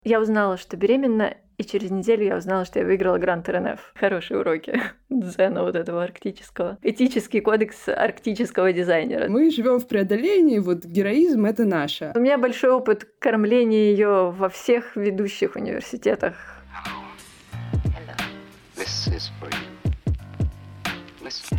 Я узнала, что беременна, и через неделю я узнала, что я выиграла грант РНФ. Хорошие уроки дзена вот этого арктического. Этический кодекс арктического дизайнера. Мы живем в преодолении, вот героизм — это наше. У меня большой опыт кормления ее во всех ведущих университетах. This is for you. Listen.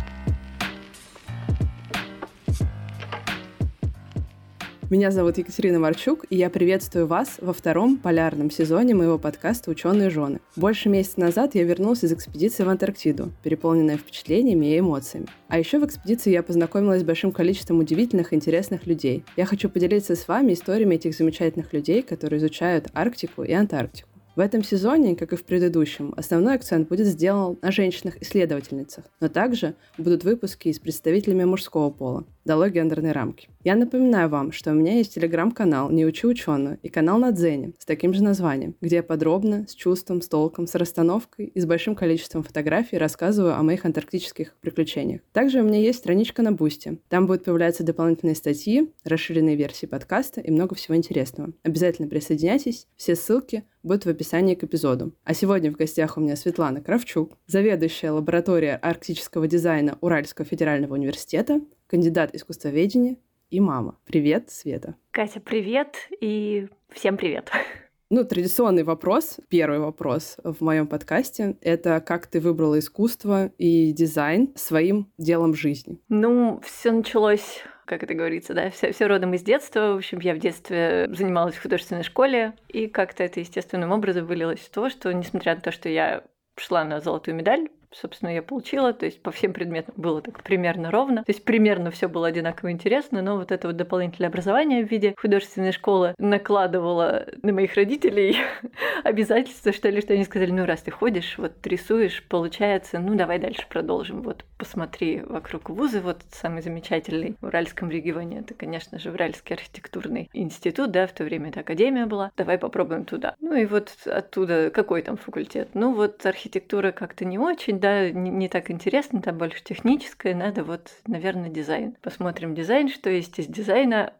Меня зовут Екатерина Марчук, и я приветствую вас во втором полярном сезоне моего подкаста «Ученые жены». Больше месяца назад я вернулась из экспедиции в Антарктиду, переполненная впечатлениями и эмоциями. А еще в экспедиции я познакомилась с большим количеством удивительных и интересных людей. Я хочу поделиться с вами историями этих замечательных людей, которые изучают Арктику и Антарктику. В этом сезоне, как и в предыдущем, основной акцент будет сделан на женщинах-исследовательницах, но также будут выпуски с представителями мужского пола. Дало гендерные рамки. Я напоминаю вам, что у меня есть телеграм-канал «Не учи ученую» и канал на Дзене с таким же названием, где я подробно, с чувством, с толком, с расстановкой и с большим количеством фотографий рассказываю о моих антарктических приключениях. Также у меня есть страничка на Бусти. Там будут появляться дополнительные статьи, расширенные версии подкаста и много всего интересного. Обязательно присоединяйтесь, все ссылки будут в описании к эпизоду. А сегодня в гостях у меня Светлана Кравчук, заведующая лабораторией арктического дизайна Уральского федерального университета, кандидат искусствоведения и мама. Привет, Света. Катя, привет и всем привет. Традиционный вопрос, первый вопрос в моем подкасте, это как ты выбрала искусство и дизайн своим делом жизни? Все началось, как это говорится, да, все родом из детства. В общем, я в детстве занималась в художественной школе, и как-то это естественным образом вылилось в то, что, несмотря на то, что я шла на золотую медаль, собственно, я получила, то есть по всем предметам было так примерно ровно, то есть примерно все было одинаково интересно, но вот это вот дополнительное образование в виде художественной школы накладывало на моих родителей обязательства, что ли, что они сказали, раз ты ходишь, вот рисуешь, получается, давай дальше продолжим, вот посмотри вокруг вузы, вот самый замечательный в Уральском регионе, это, конечно же, Уральский архитектурный институт, да, в то время это академия была, давай попробуем туда. И вот оттуда, какой там факультет? Архитектура как-то не очень, да, не так интересно, там больше техническое, надо наверное, дизайн. Посмотрим дизайн, что есть из дизайна,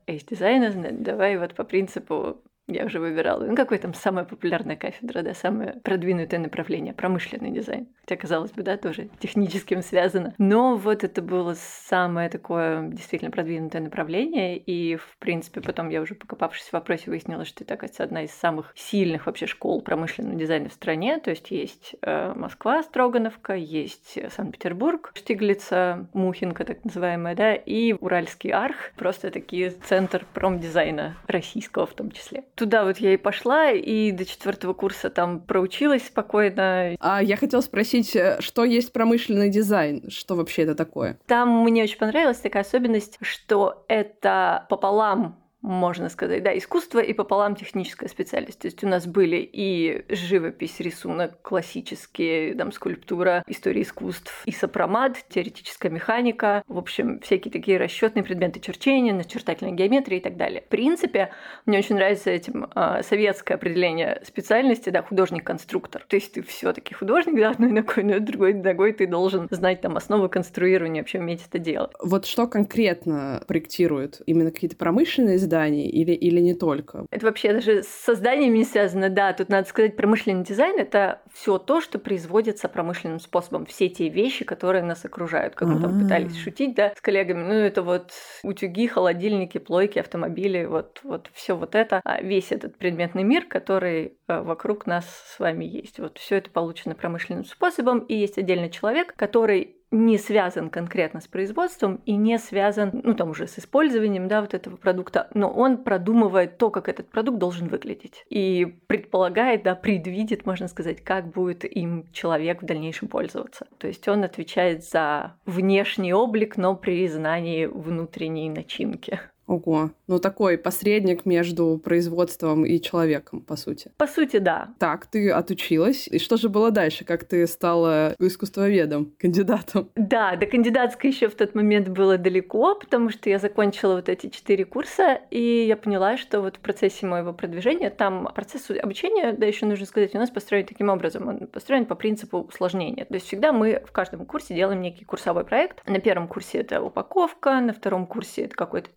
давай по принципу я уже выбирала. Какой там самая популярная кафедра, да, самое продвинутое направление, промышленный дизайн. Хотя, казалось бы, да, тоже техническим связано. Но это было самое такое действительно продвинутое направление. И, в принципе, потом я уже, покопавшись в вопросе, выяснила, что это, кажется, одна из самых сильных вообще школ промышленного дизайна в стране. То есть Москва, Строгановка, есть Санкт-Петербург, Штиглица, Мухинка, так называемая, да, и Уральский арх. Просто такие центр промдизайна российского в том числе. Туда я и пошла, и до 4 курса там проучилась спокойно. А я хотела спросить, что есть промышленный дизайн? Что вообще это такое? Там мне очень понравилась такая особенность, что это пополам, можно сказать, да, искусство и пополам техническая специальность. То есть у нас были и живопись, рисунок, классические, там, скульптура, история искусств, и сопромат, теоретическая механика, в общем, всякие такие расчетные предметы черчения, начертательная геометрия и так далее. В принципе, мне очень нравится этим советское определение специальности, да, художник-конструктор. То есть ты все-таки художник, да, одной ногой, но другой ногой ты должен знать там основы конструирования, вообще уметь это делать. Что конкретно проектируют? Именно какие-то промышленные здания или не только? Это вообще даже с созданием не связано, да. Тут надо сказать, промышленный дизайн — это все то, что производится промышленным способом. Все те вещи, которые нас окружают. Как мы там пытались шутить, да, с коллегами. Это утюги, холодильники, плойки, автомобили, все это. Весь этот предметный мир, который вокруг нас с вами есть. Все это получено промышленным способом. И есть отдельный человек, который не связан конкретно с производством и не связан, уже с использованием, да, этого продукта, но он продумывает то, как этот продукт должен выглядеть. И предполагает, да, предвидит, можно сказать, как будет им человек в дальнейшем пользоваться. То есть он отвечает за внешний облик, но при знании внутренней начинки. Ого, такой посредник между производством и человеком, по сути. По сути, да. Так, ты отучилась. И что же было дальше? Как ты стала искусствоведом, кандидатом? Да, до кандидатской еще в тот момент было далеко, потому что я закончила эти 4 курса, и я поняла, что в процессе моего продвижения, там процесс обучения, да, еще нужно сказать, у нас построен таким образом. Он построен по принципу усложнения. То есть всегда мы в каждом курсе делаем некий курсовой проект. На первом курсе это упаковка, на втором курсе это какой-то там, по-моему,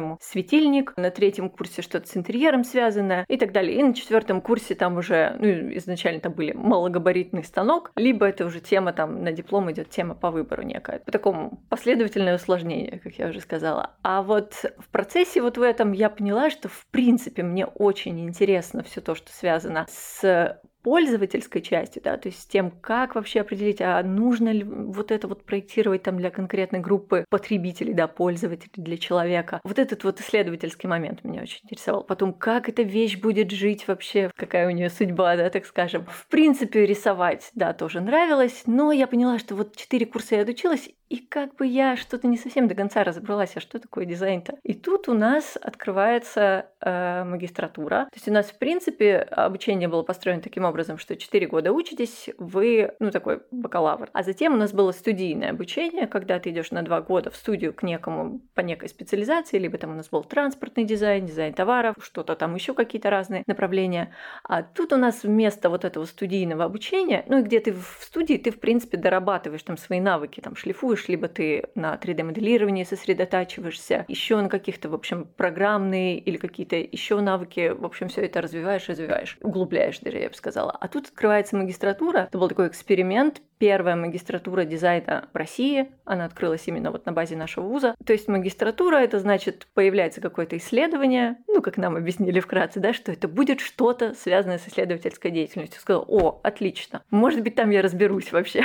по-моему, светильник, на 3-м курсе что-то с интерьером связанное и так далее. И на 4-м курсе там уже, изначально там были малогабаритный станок, либо это уже тема, там на диплом идет тема по выбору некая. По такому последовательное усложнение, как я уже сказала. А вот в процессе вот в этом я поняла, что в принципе мне очень интересно все то, что связано с пользовательской частью, да, то есть с тем, как вообще определить, а нужно ли вот это вот проектировать там для конкретной группы потребителей, да, пользователей, для человека. Вот этот вот исследовательский момент меня очень интересовал. Потом, как эта вещь будет жить вообще, какая у нее судьба, да, так скажем. В принципе, рисовать, да, тоже нравилось, но я поняла, что вот 4 курса я отучилась, и как бы я что-то не совсем до конца разобралась, а что такое дизайн-то. И тут у нас открывается магистратура. То есть у нас, в принципе, обучение было построено таким образом, что 4 года учитесь, вы, такой бакалавр. А затем у нас было студийное обучение, когда ты идешь на 2 года в студию к некому, по некой специализации, либо там у нас был транспортный дизайн, дизайн товаров, что-то там еще какие-то разные направления. А тут у нас вместо вот этого студийного обучения, и где ты в студии, ты, в принципе, дорабатываешь там свои навыки, там шлифуешь, либо ты на 3D-моделировании сосредотачиваешься, еще на каких-то, в общем, программные или какие-то еще навыки, в общем, все это развиваешь, углубляешь даже, я бы сказала. А тут открывается магистратура, это был такой эксперимент, первая магистратура дизайна в России, она открылась именно вот на базе нашего вуза. То есть магистратура, это значит, появляется какое-то исследование, как нам объяснили вкратце, да, что это будет что-то связанное с исследовательской деятельностью. Сказала, отлично, может быть, там я разберусь вообще.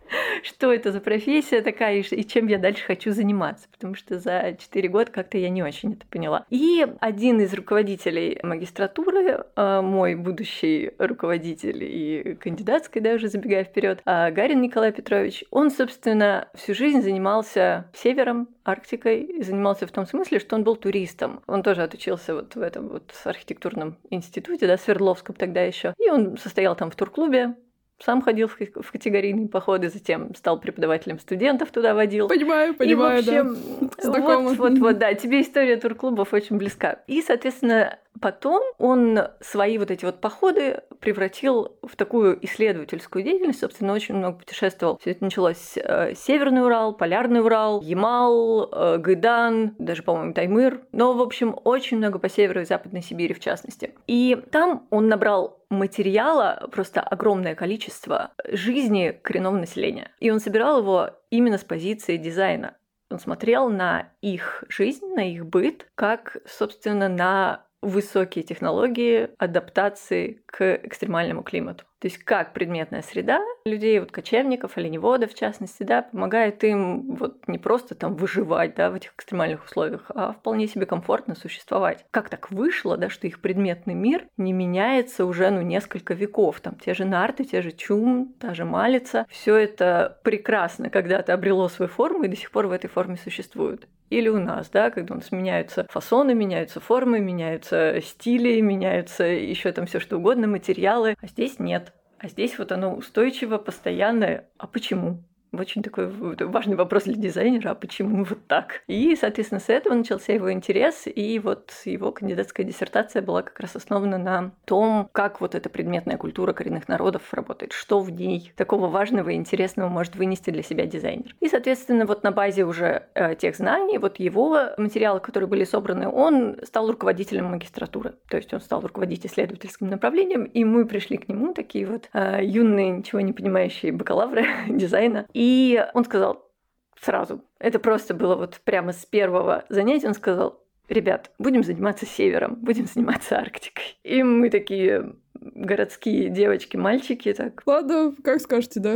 Что это за профессия такая и чем я дальше хочу заниматься, потому что за 4 года как-то я не очень это поняла. И один из руководителей магистратуры, мой будущий руководитель и кандидатской, да, уже забегая вперед, Гарин Николай Петрович, он, собственно, всю жизнь занимался севером, Арктикой, и занимался в том смысле, что он был туристом. Он тоже отучился вот в этом вот архитектурном институте, да, Свердловском тогда еще, и он состоял там в турклубе, сам ходил в категорийные походы, затем стал преподавателем студентов, туда водил. Понимаю, и, в общем, да. Знакомо. Вот, да, тебе история турклубов очень близка. И, соответственно, потом он свои вот эти вот походы превратил в такую исследовательскую деятельность, собственно, очень много путешествовал. Все это началось Северный Урал, Полярный Урал, Ямал, Гайдан, даже, по-моему, Таймыр. Но, в общем, очень много по Северу и Западной Сибири, в частности. И там он набрал материала, просто огромное количество жизни коренного населения. И он собирал его именно с позиции дизайна. Он смотрел на их жизнь, на их быт, как, собственно, на высокие технологии адаптации к экстремальному климату. То есть как предметная среда людей, вот кочевников, оленеводов в частности, да, помогает им вот не просто там выживать, да, в этих экстремальных условиях, а вполне себе комфортно существовать. Как так вышло, да, что их предметный мир не меняется уже, несколько веков. Там те же нарты, те же чум, та же малица. Все это прекрасно когда-то обрело свою форму и до сих пор в этой форме существует. Или у нас, да, когда у нас меняются фасоны, меняются формы, меняются стили, меняются еще там все что угодно, материалы, а здесь нет. А здесь вот оно устойчиво, постоянное. А почему? Очень такой важный вопрос для дизайнера, а почему вот так? И, соответственно, с этого начался его интерес, и вот его кандидатская диссертация была как раз основана на том, как вот эта предметная культура коренных народов работает, что в ней такого важного и интересного может вынести для себя дизайнер. И, соответственно, вот на базе уже тех знаний, вот его материалы, которые были собраны, он стал руководителем магистратуры, то есть он стал руководить исследовательским направлением, и мы пришли к нему, такие вот юные, ничего не понимающие бакалавры дизайна. И он сказал сразу, это просто было вот прямо с первого занятия, он сказал, ребят, будем заниматься севером, будем заниматься Арктикой. И мы такие городские девочки, мальчики, так. Ладно, как скажете, да.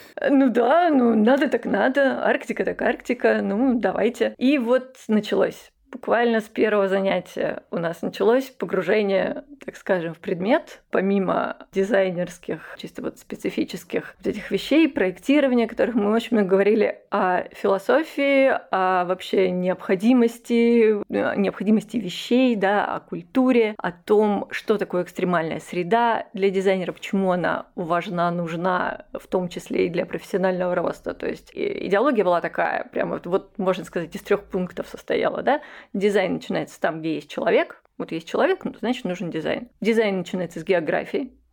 Да, надо так надо, Арктика так Арктика, давайте. И вот началось. Буквально с первого занятия у нас началось погружение, так скажем, в предмет, помимо дизайнерских, чисто вот специфических вот этих вещей, проектирования, о которых мы очень много говорили, о философии, о вообще необходимости вещей, да, о культуре, о том, что такое экстремальная среда для дизайнера, почему она важна, нужна, в том числе и для профессионального роста. То есть идеология была такая, прямо вот можно сказать, из 3 пунктов состояла, да. Дизайн начинается там, где есть человек. Вот есть человек, значит, нужен дизайн. Дизайн начинается с географии.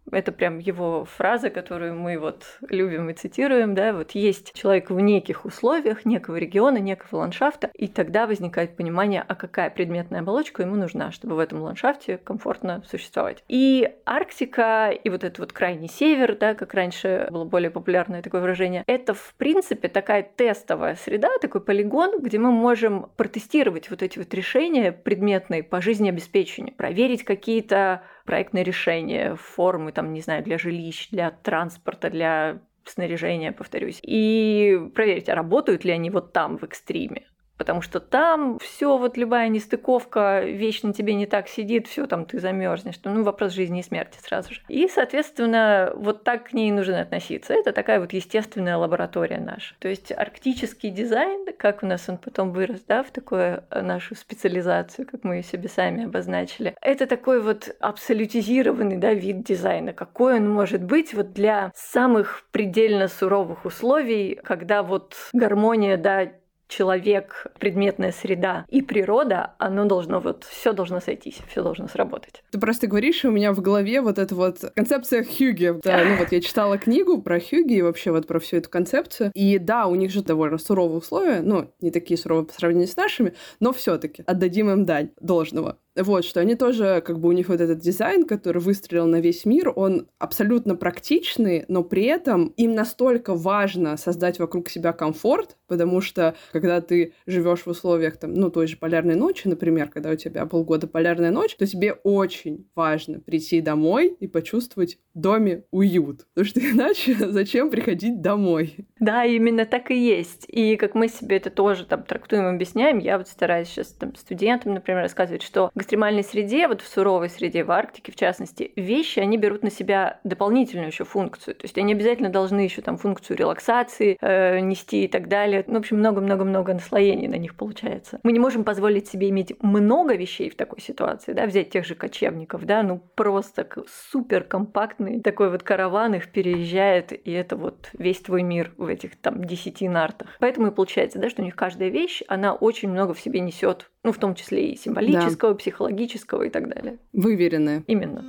Это прям его фраза, которую мы вот любим и цитируем, да, вот есть человек в неких условиях, некого региона, некого ландшафта, и тогда возникает понимание, а какая предметная оболочка ему нужна, чтобы в этом ландшафте комфортно существовать. И Арктика, и вот этот вот крайний север, да, как раньше было более популярное такое выражение, это, в принципе, такая тестовая среда, такой полигон, где мы можем протестировать вот эти вот решения предметные по жизнеобеспечению, проверить какие-то проектные решения, формы, там, не знаю, для жилищ, для транспорта, для снаряжения, повторюсь, и проверить, а работают ли они вот там, в экстриме. Потому что там все вот любая нестыковка, вечно тебе не так сидит, все там ты замерзнешь. Ну, вопрос жизни и смерти сразу же. И, соответственно, вот так к ней нужно относиться. Это такая вот естественная лаборатория наша. То есть арктический дизайн, как у нас он потом вырос, да, в такую нашу специализацию, как мы ее себе сами обозначили, это такой вот абсолютизированный, да, вид дизайна. Какой он может быть вот для самых предельно суровых условий, когда вот гармония, да, человек, предметная среда и природа, оно должно вот все должно сойтись, все должно сработать. Ты просто говоришь, и у меня в голове вот эта вот концепция Хьюги. Да, ну вот я читала книгу про Хьюги и вообще вот про всю эту концепцию. И да, у них же довольно суровые условия, ну, не такие суровые по сравнению с нашими, но все-таки отдадим им дань должного. Вот, что они тоже, как бы у них вот этот дизайн, который выстрелил на весь мир, он абсолютно практичный, но при этом им настолько важно создать вокруг себя комфорт, потому что когда ты живешь в условиях там, ну, той же полярной ночи, например, когда у тебя полгода полярная ночь, то тебе очень важно прийти домой и почувствовать в доме уют. Потому что иначе зачем приходить домой? Да, именно так и есть. И как мы себе это тоже там трактуем, объясняем, я вот стараюсь сейчас там студентам, например, рассказывать, что в экстремальной среде, вот в суровой среде, в Арктике в частности, вещи, они берут на себя дополнительную еще функцию. То есть они обязательно должны еще там функцию релаксации нести и так далее. Ну, в общем, много-много-много наслоений на них получается. Мы не можем позволить себе иметь много вещей в такой ситуации, да, взять тех же кочевников, да, ну просто супер компактный такой вот караван их переезжает, и это вот весь твой мир в этих там 10 нартах. Поэтому и получается, да, что у них каждая вещь, она очень много в себе несет, ну, в том числе и символического, да, психологического и так далее. Выверенная. Именно.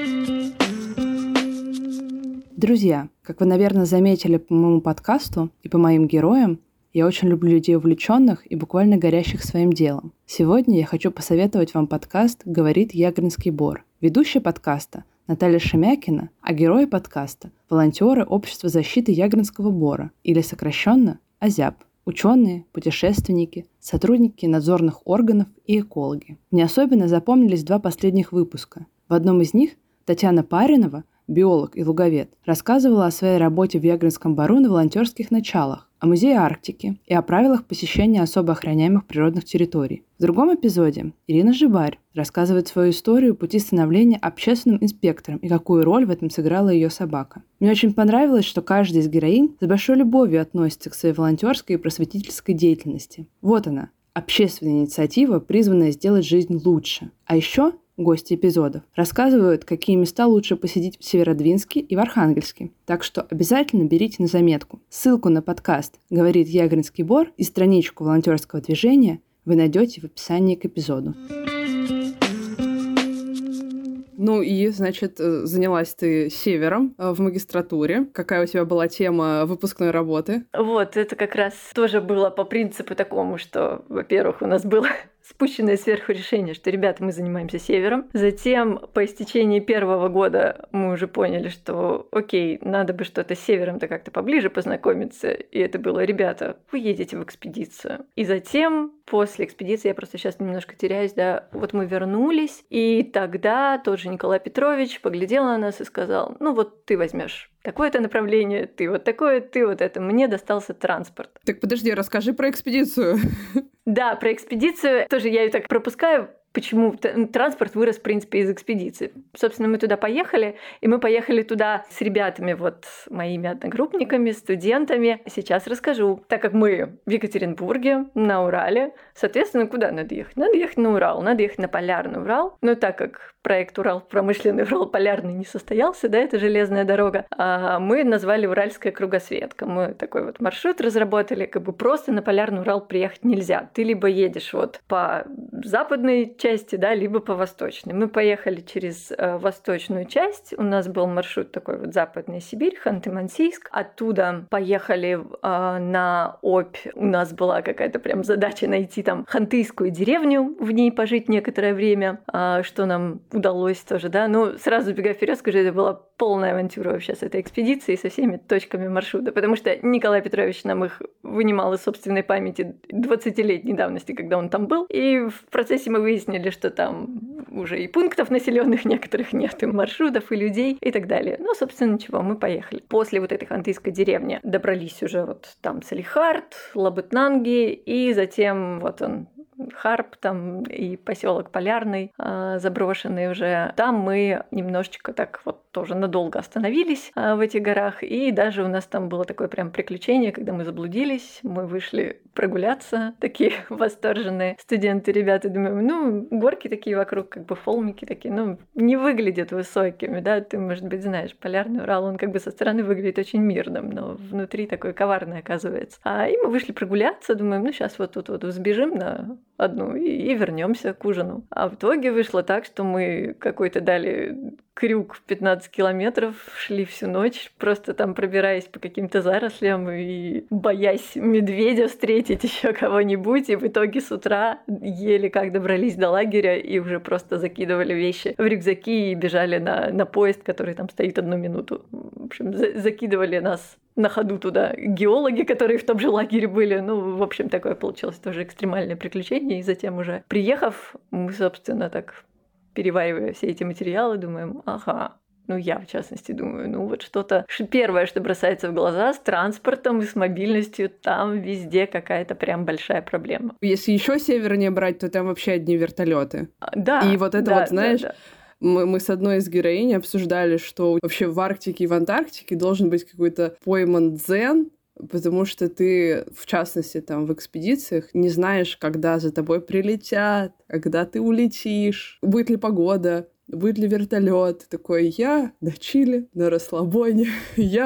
Друзья, как вы, наверное, заметили по моему подкасту и по моим героям, я очень люблю людей увлеченных и буквально горящих своим делом. Сегодня я хочу посоветовать вам подкаст «Говорит Ягринский бор». Ведущая подкаста Наталья Шемякина, а герои подкаста – волонтеры Общества защиты Ягринского бора, или сокращенно АЗЯБ. Ученые, путешественники, сотрудники надзорных органов и экологи. Мне особенно запомнились 2 последних выпуска. В одном из них Татьяна Паринова, биолог и луговед, рассказывала о своей работе в Ягринском бору на волонтерских началах, о музее Арктики и о правилах посещения особо охраняемых природных территорий. В другом эпизоде Ирина Жибарь рассказывает свою историю пути становления общественным инспектором и какую роль в этом сыграла ее собака. Мне очень понравилось, что каждая из героинь с большой любовью относится к своей волонтерской и просветительской деятельности. Вот она, общественная инициатива, призванная сделать жизнь лучше. А еще гости эпизодов рассказывают, какие места лучше посетить в Северодвинске и в Архангельске. Так что обязательно берите на заметку. Ссылку на подкаст «Говорит Ягринский бор» и страничку волонтерского движения вы найдете в описании к эпизоду. Ну и, значит, занялась ты севером в магистратуре. Какая у тебя была тема выпускной работы? Вот, это как раз тоже было по принципу такому, что, во-первых, у нас было спущенное сверху решение, что, ребята, мы занимаемся севером. Затем, по истечении 1-го года, мы уже поняли, что, окей, надо бы что-то с севером-то как-то поближе познакомиться. И это было, ребята, вы едете в экспедицию. И затем, после экспедиции, я просто сейчас немножко теряюсь, да, вот мы вернулись, и тогда тот же Николай Петрович поглядел на нас и сказал, ну вот ты возьмешь такое-то направление, ты вот такое, ты вот это. Мне достался транспорт. Так подожди, расскажи про экспедицию. Да, про экспедицию тоже я ее так пропускаю. Почему транспорт вырос, в принципе, из экспедиции. Собственно, мы туда поехали, и мы поехали туда с ребятами, вот моими одногруппниками, студентами. Сейчас расскажу. Так как мы в Екатеринбурге, на Урале, соответственно, куда надо ехать? Надо ехать на Урал, надо ехать на Полярный Урал. Но так как проект Урал промышленный, Урал полярный не состоялся, да, это железная дорога, мы назвали Уральская кругосветка. Мы такой вот маршрут разработали, как бы просто на Полярный Урал приехать нельзя. Ты либо едешь вот по западной части, да, либо по восточной. Мы поехали через восточную часть. У нас был маршрут такой вот Западная Сибирь, Ханты-Мансийск. Оттуда поехали на Обь. У нас была какая-то прям задача найти там хантыйскую деревню, в ней пожить некоторое время, что нам удалось тоже, да. Ну, сразу бегая вперед, скажу, это была полная авантюра вообще с этой экспедицией, со всеми точками маршрута, потому что Николай Петрович нам их вынимал из собственной памяти 20-летней давности, когда он там был, и в процессе мы выяснили, что там уже и пунктов населенных некоторых нет, и маршрутов, и людей, и так далее. Ну, собственно, ничего, мы поехали. После вот этой хантыйской деревни добрались уже вот там Салихард, Лабытнанги, и затем вот он Харп там и поселок Полярный, заброшенный уже. Там мы немножечко так вот тоже надолго остановились в этих горах, и даже у нас там было такое прям приключение, когда мы заблудились, мы вышли прогуляться, такие восторженные студенты, ребята, думаем, ну, горки такие вокруг, как бы холмики такие, ну, не выглядят высокими, да, ты, может быть, знаешь, Полярный Урал, он как бы со стороны выглядит очень мирным, но внутри такой коварный оказывается. И мы вышли прогуляться, думаем, ну, сейчас вот тут вот взбежим на одну и вернемся к ужину. А в итоге вышло так, что мы какой-то дали крюк в 15 километров, шли всю ночь, просто там пробираясь по каким-то зарослям и боясь медведя встретить, еще кого-нибудь, и в итоге с утра еле как добрались до лагеря и уже просто закидывали вещи в рюкзаки и бежали на поезд, который там стоит 1 минуту. В общем, закидывали нас на ходу туда геологи, которые в том же лагере были. Ну, в общем, такое получилось тоже экстремальное приключение. И затем уже приехав, мы, собственно, так переваривая все эти материалы, думаем, ага, ну я, в частности, думаю, ну вот что-то первое, что бросается в глаза, с транспортом и с мобильностью, там везде какая-то прям большая проблема. Если еще севернее брать, то там вообще одни вертолеты. Да. И вот это да, вот, знаешь... Да. Мы с одной из героинь обсуждали, что вообще в Арктике и в Антарктике должен быть какой-то пойман дзен, потому что ты, в частности, там в экспедициях, не знаешь, когда за тобой прилетят, когда ты улетишь, будет ли погода, будет ли вертолет. Такой, я на чиле, на расслабоне, я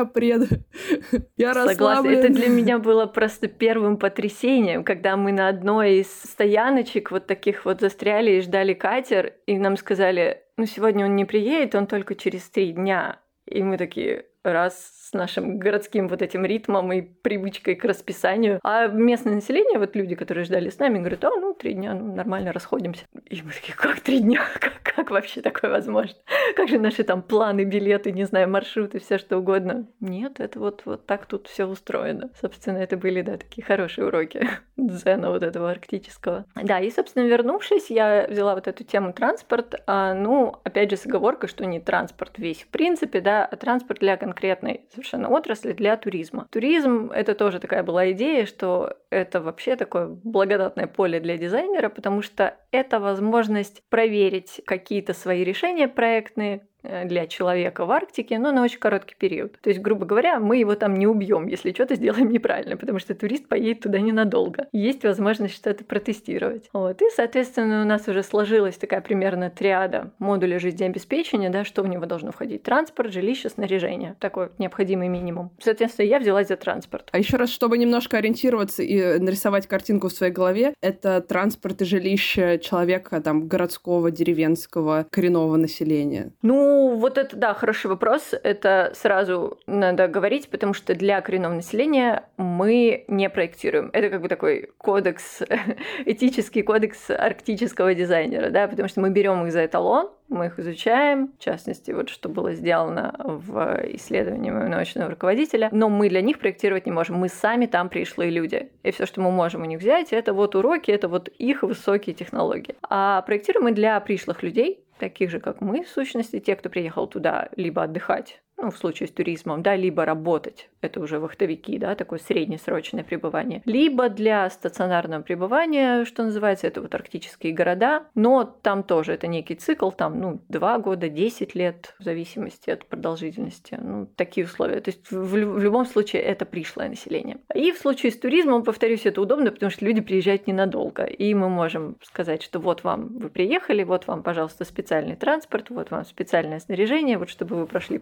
расслаблен. Согласна, это для меня было просто первым потрясением, когда мы на одной из стояночек вот таких вот застряли и ждали катер, и нам сказали, ну сегодня он не приедет, он только через 3 дня. И мы такие, раз с нашим городским вот этим ритмом и привычкой к расписанию. А местное население, вот люди, которые ждали с нами, говорят, 3 дня, ну, нормально, расходимся. И мы такие, как 3 дня? Как вообще такое возможно? Как же наши там планы, билеты, не знаю, маршруты, все что угодно? Нет, это вот так тут все устроено. Собственно, это были, да, такие хорошие уроки дзена вот этого арктического. Да, и, собственно, вернувшись, я взяла вот эту тему транспорт, опять же, с оговоркой, что не транспорт весь в принципе, да, а транспорт для конкретной совершенно отрасли, для туризма. Туризм — это тоже такая была идея, что это вообще такое благодатное поле для дизайнера, потому что это возможность проверить какие-то свои решения проектные для человека в Арктике, но на очень короткий период. То есть, грубо говоря, мы его там не убьем, если что-то сделаем неправильно, потому что турист поедет туда ненадолго. Есть возможность что-то протестировать. Вот. И, соответственно, у нас уже сложилась такая примерно триада модуля жизнеобеспечения, да, что в него должно входить: транспорт, жилище, снаряжение. Такой необходимый минимум. Соответственно, я взялась за транспорт. А еще раз, чтобы немножко ориентироваться и нарисовать картинку в своей голове, это транспорт и жилище человека там городского, деревенского, коренного населения. Вот это, да, хороший вопрос. Это сразу надо говорить, потому что для коренного населения мы не проектируем. Это как бы такой кодекс, этический кодекс арктического дизайнера, да, потому что мы берем их за эталон, мы их изучаем, в частности, вот что было сделано в исследовании моего научного руководителя, но мы для них проектировать не можем. Мы сами там пришлые люди. И все, что мы можем у них взять, это вот уроки, это вот их высокие технологии. А проектируем мы для пришлых людей, таких же, как мы, в сущности, те, кто приехал туда либо отдыхать, в случае с туризмом, да, либо работать, это уже вахтовики, да, такое среднесрочное пребывание, либо для стационарного пребывания, что называется, это вот арктические города, но там тоже это некий цикл, там, 2 года, 10 лет, в зависимости от продолжительности, такие условия, то есть в любом случае это пришлое население. И в случае с туризмом, повторюсь, это удобно, потому что люди приезжают ненадолго, и мы можем сказать, что вот вам, вы приехали, вот вам, пожалуйста, специальный транспорт, вот вам специальное снаряжение, вот чтобы вы прошли по этому маршруту,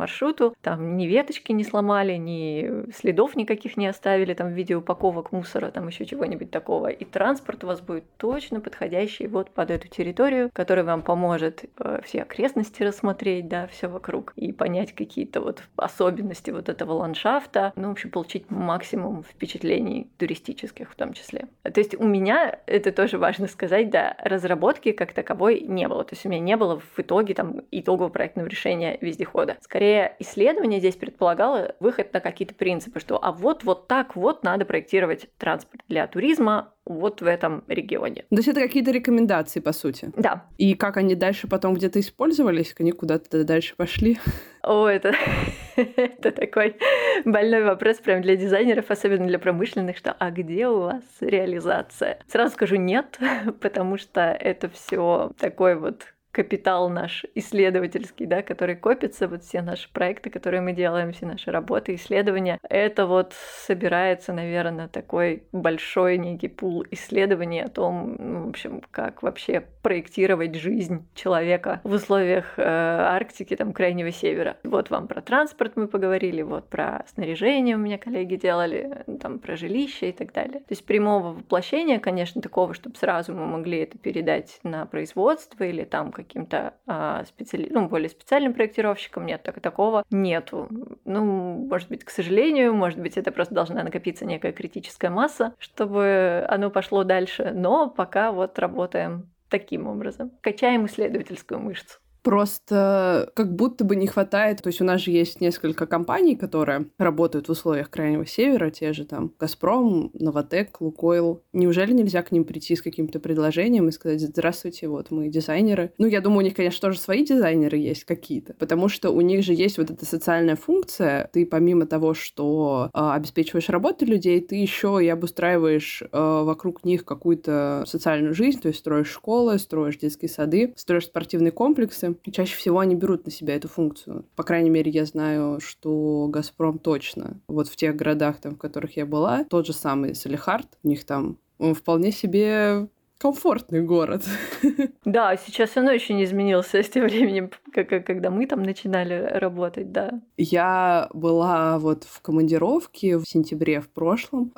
маршруту, там ни веточки не сломали, ни следов никаких не оставили, там в виде упаковок мусора, там еще чего-нибудь такого. И транспорт у вас будет точно подходящий вот под эту территорию, который вам поможет все окрестности рассмотреть, да, все вокруг, и понять какие-то вот особенности вот этого ландшафта, ну, в общем, получить максимум впечатлений туристических в том числе. То есть у меня, это тоже важно сказать, да, разработки как таковой не было. То есть у меня не было в итоге там итогового проектного решения вездехода. Скорее, исследование здесь предполагало выход на какие-то принципы, что вот так вот надо проектировать транспорт для туризма вот в этом регионе. То есть это какие-то рекомендации, по сути? Да. И как они дальше потом где-то использовались? Они куда-то дальше пошли? О, это такой больной вопрос прям для дизайнеров, особенно для промышленных, что «а где у вас реализация?» Сразу скажу нет, потому что это все такой вот капитал наш исследовательский, да, который копится, вот все наши проекты, которые мы делаем, все наши работы, исследования, это вот собирается, наверное, такой большой некий пул исследований о том, ну, в общем, как вообще проектировать жизнь человека в условиях Арктики, там, Крайнего Севера. Вот вам про транспорт мы поговорили, вот про снаряжение у меня коллеги делали, там, про жилище и так далее. То есть прямого воплощения, конечно, такого, чтобы сразу мы могли это передать на производство или там каким-то более специальным проектировщикам, нет, такого нету. Ну, может быть, к сожалению, может быть, это просто должна накопиться некая критическая масса, чтобы оно пошло дальше, но пока вот работаем таким образом. Качаем исследовательскую мышцу. Просто как будто бы не хватает... То есть у нас же есть несколько компаний, которые работают в условиях Крайнего Севера, те же там «Газпром», «Новатэк», «Лукойл». Неужели нельзя к ним прийти с каким-то предложением и сказать: здравствуйте, вот мы дизайнеры? Ну, я думаю, у них, конечно, тоже свои дизайнеры есть какие-то, потому что у них же есть вот эта социальная функция. Ты помимо того, что обеспечиваешь работу людей, ты еще и обустраиваешь вокруг них какую-то социальную жизнь, то есть строишь школы, строишь детские сады, строишь спортивные комплексы. Чаще всего они берут на себя эту функцию. По крайней мере, я знаю, что «Газпром» точно. Вот в тех городах, там, в которых я была, тот же самый Салехард, у них там вполне себе комфортный город. Да, сейчас оно еще не изменился с тем временем, когда мы там начинали работать, да. Я была вот в командировке в сентябре в прошлом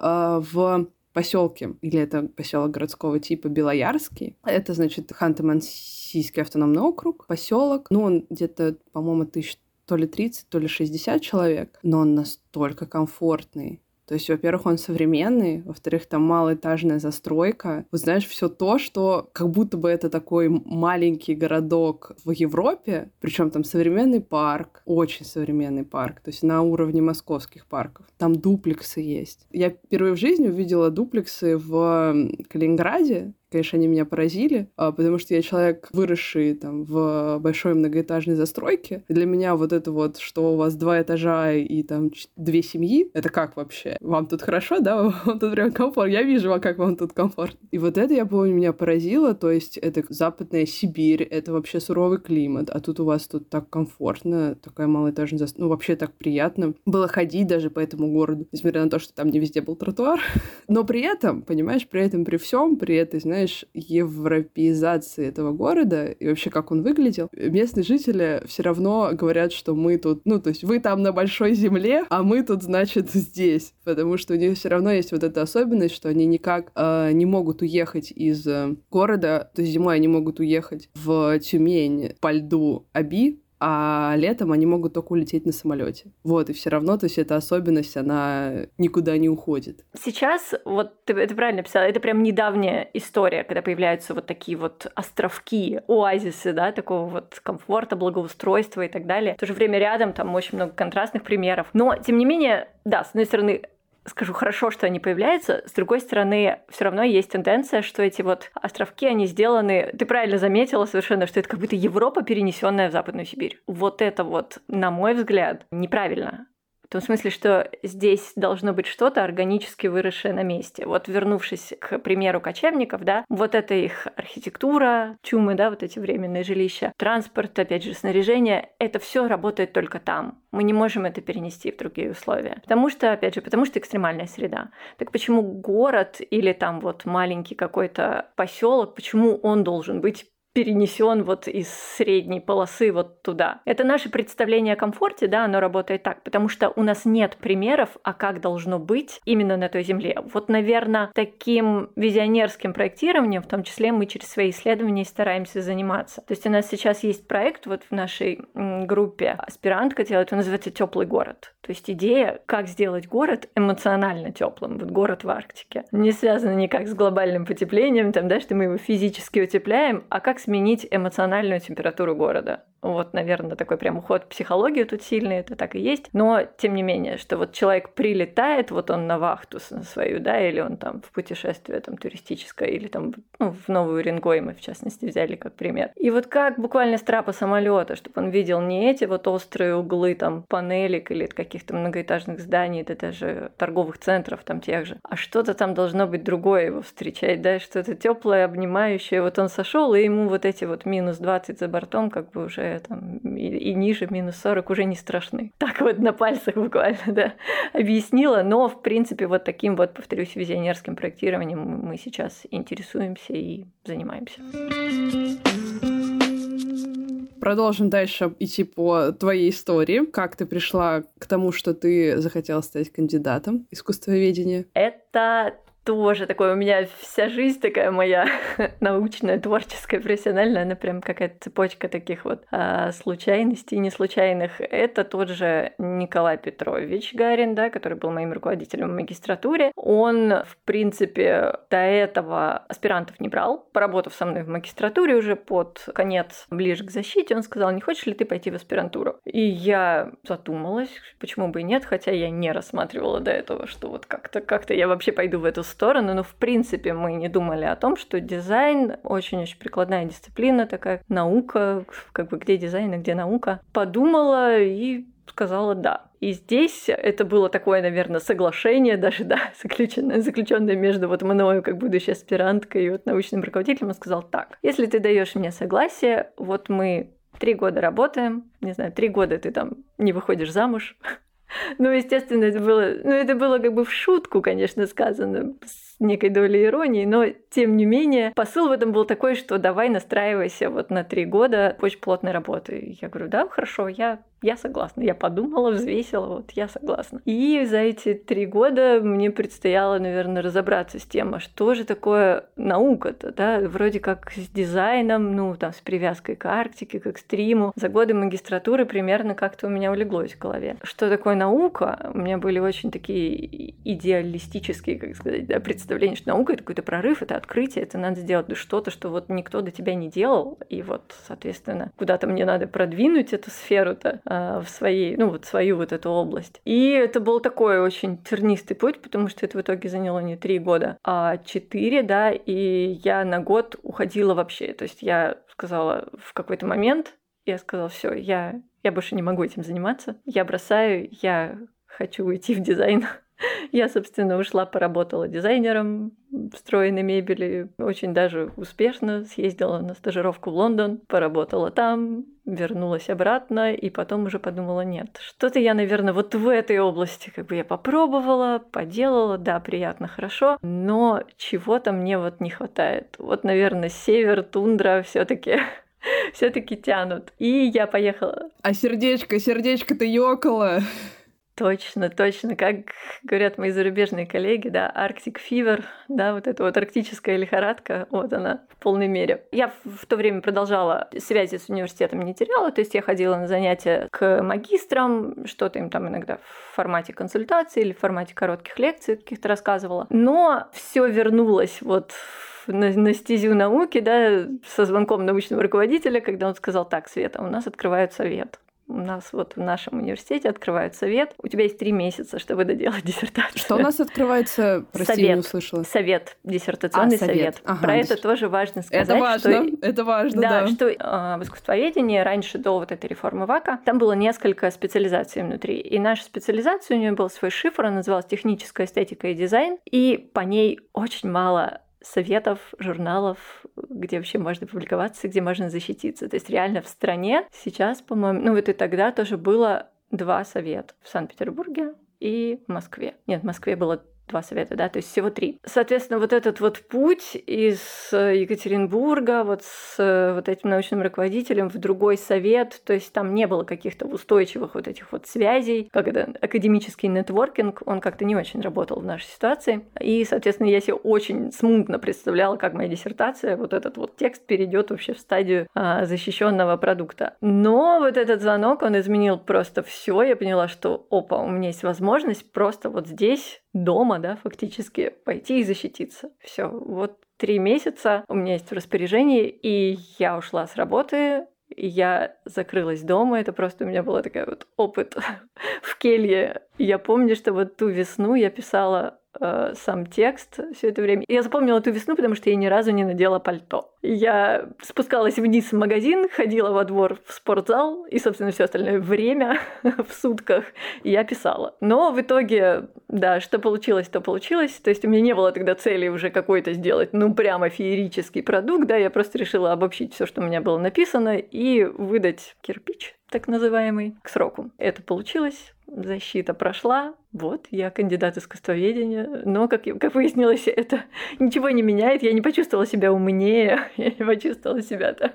в поселке, или это поселок городского типа Белоярский. Это, значит, Ханты-Мансийский автономный округ, поселок. Ну, он где-то, по-моему, то ли 30, то ли 60 человек, но он настолько комфортный. То есть, во-первых, он современный, во-вторых, там малоэтажная застройка. Вот знаешь, все то, что как будто бы это такой маленький городок в Европе, причем там современный парк, очень современный парк, то есть на уровне московских парков. Там дуплексы есть. Я впервые в жизни увидела дуплексы в Калининграде. Конечно, они меня поразили, потому что я человек, выросший там в большой многоэтажной застройке. И для меня вот это вот, что у вас 2 этажа и там 2 семьи, это как вообще? Вам тут хорошо, да? Вам тут прям комфорт. Я вижу, как вам тут комфортно. И вот это, я помню, меня поразило. То есть это Западная Сибирь, это вообще суровый климат, а тут у вас тут так комфортно, такая малоэтажная застройка. Ну, вообще так приятно было ходить даже по этому городу, несмотря на то, что там не везде был тротуар. Но при этом, понимаешь, при всем, при этой, знаешь, европеизации этого города и вообще как он выглядел, местные жители все равно говорят, что мы тут, ну, то есть вы там на большой земле, а мы тут, значит, здесь. Потому что у них все равно есть вот эта особенность, что они никак не могут уехать из города, то есть зимой они могут уехать в Тюмень по льду Оби, а летом они могут только улететь на самолете. Вот, и все равно, то есть эта особенность, она никуда не уходит. Сейчас, вот ты это правильно писала, это прям недавняя история, когда появляются вот такие вот островки, оазисы, да, такого вот комфорта, благоустройства и так далее. В то же время рядом там очень много контрастных примеров. Но, тем не менее, да, с одной стороны, скажу, хорошо, что они появляются. С другой стороны, все равно есть тенденция, что эти вот островки, они сделаны... Ты правильно заметила совершенно, что это как будто Европа, перенесенная в Западную Сибирь. Вот это вот, на мой взгляд, неправильно. В том смысле, что здесь должно быть что-то органически выросшее на месте. Вот вернувшись к примеру кочевников, да, вот это их архитектура, чумы, да, вот эти временные жилища, транспорт, опять же, снаряжение, это все работает только там. Мы не можем это перенести в другие условия. Потому что, опять же, потому что экстремальная среда. Так почему город или там вот маленький какой-то поселок, почему он должен быть перенесен вот из средней полосы вот туда. Это наше представление о комфорте, да, оно работает так, потому что у нас нет примеров, а как должно быть именно на той земле. Вот, наверное, таким визионерским проектированием, в том числе мы через свои исследования стараемся заниматься. То есть у нас сейчас есть проект вот в нашей группе аспирантка делает, он называется «Теплый город». То есть идея, как сделать город эмоционально теплым, вот город в Арктике. Не связано никак с глобальным потеплением, там, да, что мы его физически утепляем, а как сменить эмоциональную температуру города. Вот, наверное, такой прям уход в психологию тут сильный, это так и есть. Но, тем не менее, что вот человек прилетает, вот он на вахту на свою, да, или он там в путешествие там туристическое, или там, ну, в Новую Уренгой мы, в частности, взяли как пример. И вот как буквально с трапа самолета, чтобы он видел не эти вот острые углы там панелек или каких-то многоэтажных зданий, да даже торговых центров там тех же, а что-то там должно быть другое его встречать, да, что-то теплое, обнимающее. Вот он сошел, и ему вот эти вот минус 20 за бортом как бы уже там и ниже минус 40 уже не страшны. Так вот на пальцах буквально, да, объяснила, но в принципе вот таким вот, повторюсь, визионерским проектированием мы сейчас интересуемся и занимаемся. Продолжим дальше идти по твоей истории. Как ты пришла к тому, что ты захотела стать кандидатом искусствоведения? Это тоже такое, у меня вся жизнь такая моя научная, творческая, профессиональная, она прям какая-то цепочка таких вот случайностей, неслучайных. Это тот же Николай Петрович Гарин, да, который был моим руководителем в магистратуре. Он, в принципе, до этого аспирантов не брал. Поработав со мной в магистратуре уже под конец, ближе к защите, он сказал: не хочешь ли ты пойти в аспирантуру? И я задумалась, почему бы и нет, хотя я не рассматривала до этого, что вот как-то я вообще пойду в эту сторону, но в принципе мы не думали о том, что дизайн очень-очень прикладная дисциплина, такая наука, как бы где дизайн, а где наука. Подумала и сказала «да». И здесь это было такое, наверное, соглашение даже, да, заключенное между вот мною, как будущей аспиранткой, и вот научным руководителем. Он сказал: так, если ты даешь мне согласие, вот мы 3 года работаем, не знаю, 3 года ты там не выходишь замуж. Ну, естественно, это было как бы в шутку, конечно, сказано, с некой долей иронии, но, тем не менее, посыл в этом был такой, что давай настраивайся вот на 3 года очень плотной работы. И я говорю: да, хорошо, я согласна. Я подумала, взвесила, вот я согласна. И за эти 3 года мне предстояло, наверное, разобраться с тем, а что же такое наука-то, да, вроде как с дизайном, ну, там, с привязкой к Арктике, к экстриму. За годы магистратуры примерно как-то у меня улеглось в голове. Что такое наука? У меня были очень такие идеалистические, как сказать, да, представления, что наука — это какой-то прорыв, это открытие, это надо сделать что-то, что вот никто до тебя не делал, и вот, соответственно, куда-то мне надо продвинуть эту сферу-то в своей, ну вот свою вот эту область. И это был такой очень тернистый путь, потому что это в итоге заняло не 3 года, а 4, да, и я на год уходила вообще. То есть я сказала в какой-то момент, я сказала: все, я больше не могу этим заниматься, я бросаю, я хочу уйти в дизайн. Я, собственно, ушла, поработала дизайнером встроенной мебели, очень даже успешно съездила на стажировку в Лондон, поработала там, вернулась обратно, и потом уже подумала: нет, что-то я, наверное, вот в этой области как бы я попробовала, поделала, да, приятно, хорошо, но чего-то мне вот не хватает. Вот, наверное, север, тундра все-таки тянут. И я поехала. А сердечко-то ёкало. Точно, как говорят мои зарубежные коллеги, да, Arctic Fever, да, вот эта вот арктическая лихорадка, вот она в полной мере. Я в то время продолжала, связи с университетом не теряла, то есть я ходила на занятия к магистрам, что-то им там иногда в формате консультации или в формате коротких лекций каких-то рассказывала, но все вернулось вот на стезю науки, да, со звонком научного руководителя, когда он сказал: так, Света, у нас открывают совет. У нас вот в нашем университете открывают совет. У тебя есть 3 месяца, чтобы доделать диссертацию. Что у нас открывается? Прости, совет. Не услышала. Совет, диссертационный совет. Ага, Про это тоже важно сказать. Это важно, да. Что в искусствоведении раньше, до вот этой реформы ВАКа, там было несколько специализаций внутри. И наша специализация, у нее был свой шифр, она называлась «Техническая эстетика и дизайн». И по ней очень мало советов, журналов, где вообще можно публиковаться, где можно защититься. То есть реально в стране сейчас, по-моему, ну вот и тогда тоже было 2 совета. В Санкт-Петербурге и в Москве. Нет, в Москве было 2 совета, да, то есть всего 3. Соответственно, вот этот вот путь из Екатеринбурга вот с вот этим научным руководителем в другой совет, то есть там не было каких-то устойчивых вот этих вот связей, как это академический нетворкинг, он как-то не очень работал в нашей ситуации. И, соответственно, я себе очень смутно представляла, как моя диссертация, вот этот вот текст перейдет вообще в стадию защищенного продукта. Но вот этот звонок, он изменил просто все. Я поняла, что опа, у меня есть возможность просто вот здесь, дома, да, фактически пойти и защититься. Все, вот 3 месяца у меня есть в распоряжении, и я ушла с работы, и я закрылась дома. Это просто у меня был такой вот опыт в келье. И я помню, что вот ту весну я писала сам текст все это время. И я запомнила эту весну, потому что я ни разу не надела пальто. Я спускалась вниз в магазин, ходила во двор в спортзал, и, собственно, все остальное время в сутках я писала. Но в итоге, да, что получилось, то получилось. То есть у меня не было тогда цели уже какой-то сделать, ну, прямо феерический продукт, да, я просто решила обобщить все, что у меня было написано, и выдать кирпич, так называемый, к сроку. Это получилось. Защита прошла, вот, я кандидат искусствоведения, но, как выяснилось, это ничего не меняет, я не почувствовала себя умнее, я не почувствовала себя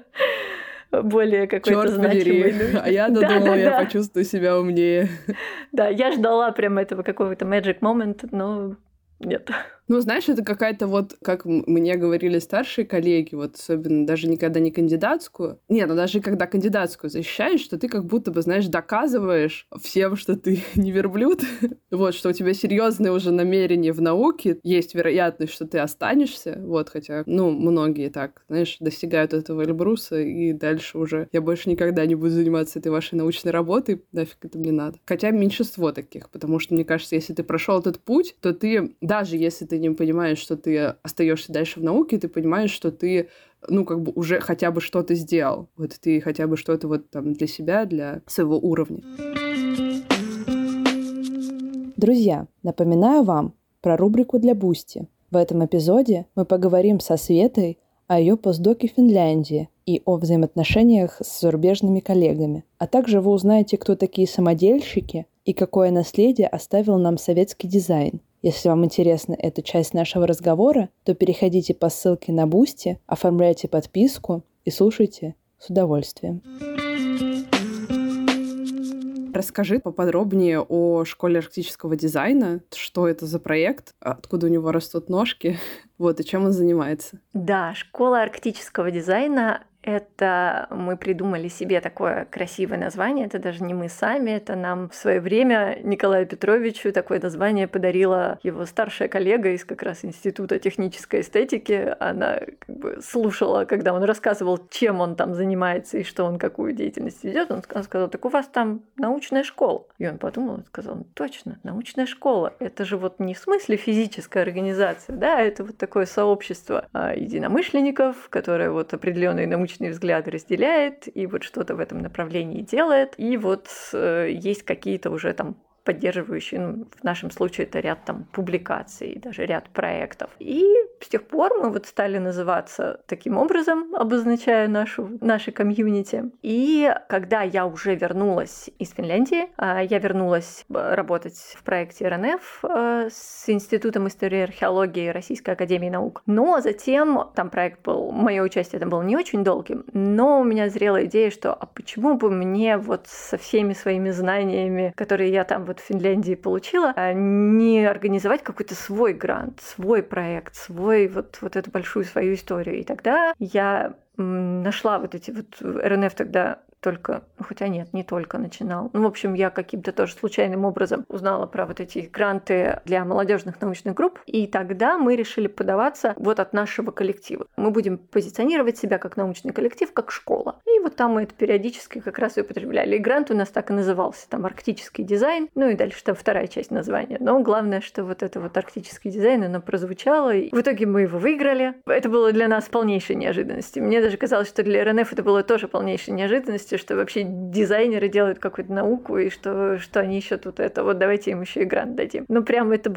более какой-то значимой. А я думала, я почувствую себя умнее. Да, я ждала прям этого какого-то magic moment, но нет. Ну, знаешь, это какая-то вот, как мне говорили старшие коллеги, вот особенно даже никогда не кандидатскую. Нет, ну даже когда кандидатскую защищаешь, что ты как будто бы, знаешь, доказываешь всем, что ты не верблюд. Вот, что у тебя серьезные уже намерения в науке, есть вероятность, что ты останешься. Вот, хотя, ну, многие так, знаешь, достигают этого Эльбруса, и дальше уже я больше никогда не буду заниматься этой вашей научной работой, нафиг это мне надо. Хотя меньшинство таких, потому что, мне кажется, если ты прошел этот путь, то ты, даже если ты не понимаешь, что ты остаешься дальше в науке, ты понимаешь, что ты, ну, как бы уже хотя бы что-то сделал. Вот ты хотя бы что-то вот там для себя, для своего уровня. Друзья, напоминаю вам про рубрику для Бусти. В этом эпизоде мы поговорим со Светой о ее постдоке в Финляндии и о взаимоотношениях с зарубежными коллегами. А также вы узнаете, кто такие самодельщики и какое наследие оставил нам советский дизайн. Если вам интересна эта часть нашего разговора, то переходите по ссылке на Бусти, оформляйте подписку и слушайте с удовольствием. Расскажи поподробнее о школе арктического дизайна. Что это за проект? Откуда у него растут ножки? Вот, и чем он занимается? Да, школа арктического дизайна — это мы придумали себе такое красивое название. Это даже не мы сами, это нам в свое время Николаю Петровичу такое название подарила его старшая коллега из как раз Института технической эстетики. Она как бы слушала, когда он рассказывал, чем он там занимается и что он какую деятельность ведет. Он сказал: так у вас там научная школа. И он подумал и сказал: точно, научная школа. Это же вот не в смысле физическая организация, да, это вот такое сообщество единомышленников, которое вот определенные научные взгляды разделяет и вот что-то в этом направлении делает. И вот есть какие-то уже там поддерживающие, ну, в нашем случае это ряд там публикаций, даже ряд проектов. И с тех пор мы вот стали называться таким образом, обозначая наше комьюнити. И когда я уже вернулась из Финляндии, я вернулась работать в проекте РНФ с Институтом истории и археологии Российской академии наук. Но затем там проект был, мое участие там было не очень долгим, но у меня зрела идея, что а почему бы мне вот со всеми своими знаниями, которые я там вот в Финляндии получила, не организовать какой-то свой грант, свой проект, свой вот эту большую свою историю. И тогда я нашла вот эти вот РНФ тогда только, хотя нет, не только начинал. Ну, в общем, я каким-то тоже случайным образом узнала про вот эти гранты для молодежных научных групп, и тогда мы решили подаваться вот от нашего коллектива. Мы будем позиционировать себя как научный коллектив, как школа. И вот там мы это периодически как раз и употребляли. И грант у нас так и назывался, там арктический дизайн, ну и дальше там вторая часть названия. Но главное, что вот это вот арктический дизайн, оно прозвучало, и в итоге мы его выиграли. Это было для нас полнейшей неожиданностью. Мне даже казалось, что для РНФ это было тоже полнейшей неожиданностью, что вообще дизайнеры делают какую-то науку, и что они еще тут это, вот давайте им еще и грант дадим. Ну, прям это были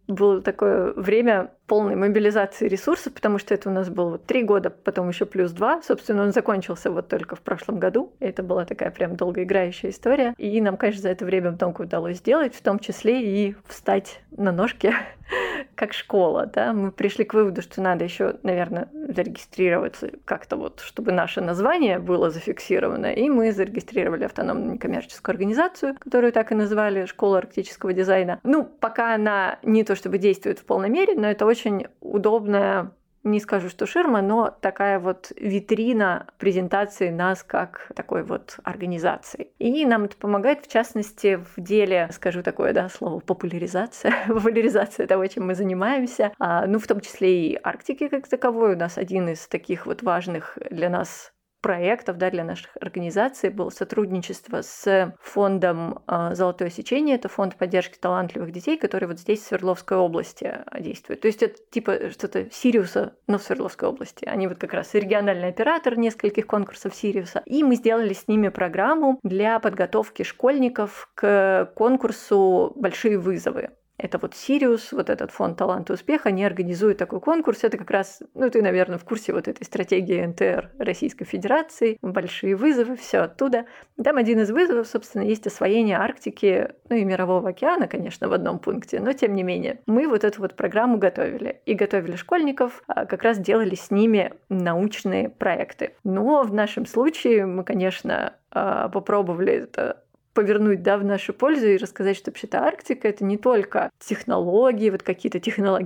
было такое время полной мобилизации ресурсов, потому что это у нас было 3 года, потом еще плюс 2. Собственно, он закончился вот только в прошлом году. И это была такая прям долгоиграющая история. И нам, конечно, за это время много удалось сделать, в том числе и встать на ножки как школа. Да? Мы пришли к выводу, что надо еще, наверное, зарегистрироваться как-то вот, чтобы наше название было зафиксировано. И мы зарегистрировали автономную некоммерческую организацию, которую так и назвали «Школа арктического дизайна». Пока она не то чтобы действует в полной мере, но это очень удобная, не скажу, что ширма, но такая вот витрина презентации нас как такой вот организации. И нам это помогает, в частности, в деле, скажу такое, слово популяризация, популяризация того, чем мы занимаемся, в том числе и Арктики как таковой. У нас один из таких вот важных для нас проектов, для наших организаций было сотрудничество с фондом «Золотое сечение». Это фонд поддержки талантливых детей, который вот здесь, в Свердловской области, действует. То есть это типа что-то Сириуса, но в Свердловской области. Они вот как раз региональный оператор нескольких конкурсов Сириуса. И мы сделали с ними программу для подготовки школьников к конкурсу «Большие вызовы». Это вот Сириус, вот этот фонд «Талант и успех», они организуют такой конкурс. Это как раз, ты, наверное, в курсе вот этой стратегии НТР Российской Федерации, большие вызовы, все оттуда. Там один из вызовов, собственно, есть освоение Арктики, и Мирового океана, конечно, в одном пункте, но тем не менее. Мы вот эту вот программу готовили. И готовили школьников, как раз делали с ними научные проекты. Но в нашем случае мы, конечно, попробовали это повернуть, в нашу пользу и рассказать, что вообще-то Арктика — это не только технологии, вот какие-то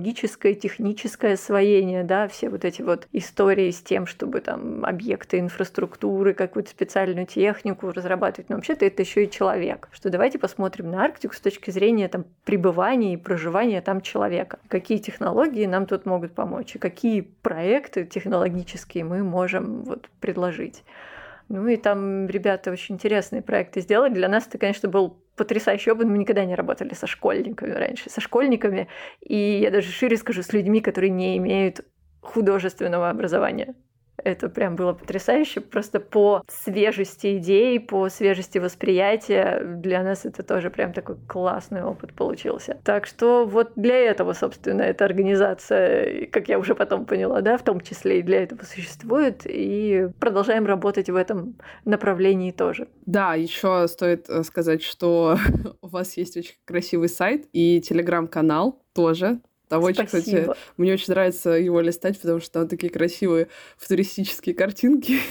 техническое освоение, все вот эти вот истории с тем, чтобы там объекты инфраструктуры, какую-то специальную технику разрабатывать, но вообще-то это еще и человек. Что давайте посмотрим на Арктику с точки зрения там пребывания и проживания там человека. Какие технологии нам тут могут помочь, и какие проекты технологические мы можем вот предложить. И там ребята очень интересные проекты сделали. Для нас это, конечно, был потрясающий опыт. Мы никогда не работали со школьниками раньше. Со школьниками, и я даже шире скажу, с людьми, которые не имеют художественного образования. Это прям было потрясающе. Просто по свежести идей, по свежести восприятия для нас это тоже прям такой классный опыт получился. Так что вот для этого, собственно, эта организация, как я уже потом поняла, в том числе и для этого существует, и продолжаем работать в этом направлении тоже. Да, еще стоит сказать, что у вас есть очень красивый сайт и телеграм-канал тоже. Там очень, кстати, мне очень нравится его листать, потому что там такие красивые футуристические картинки.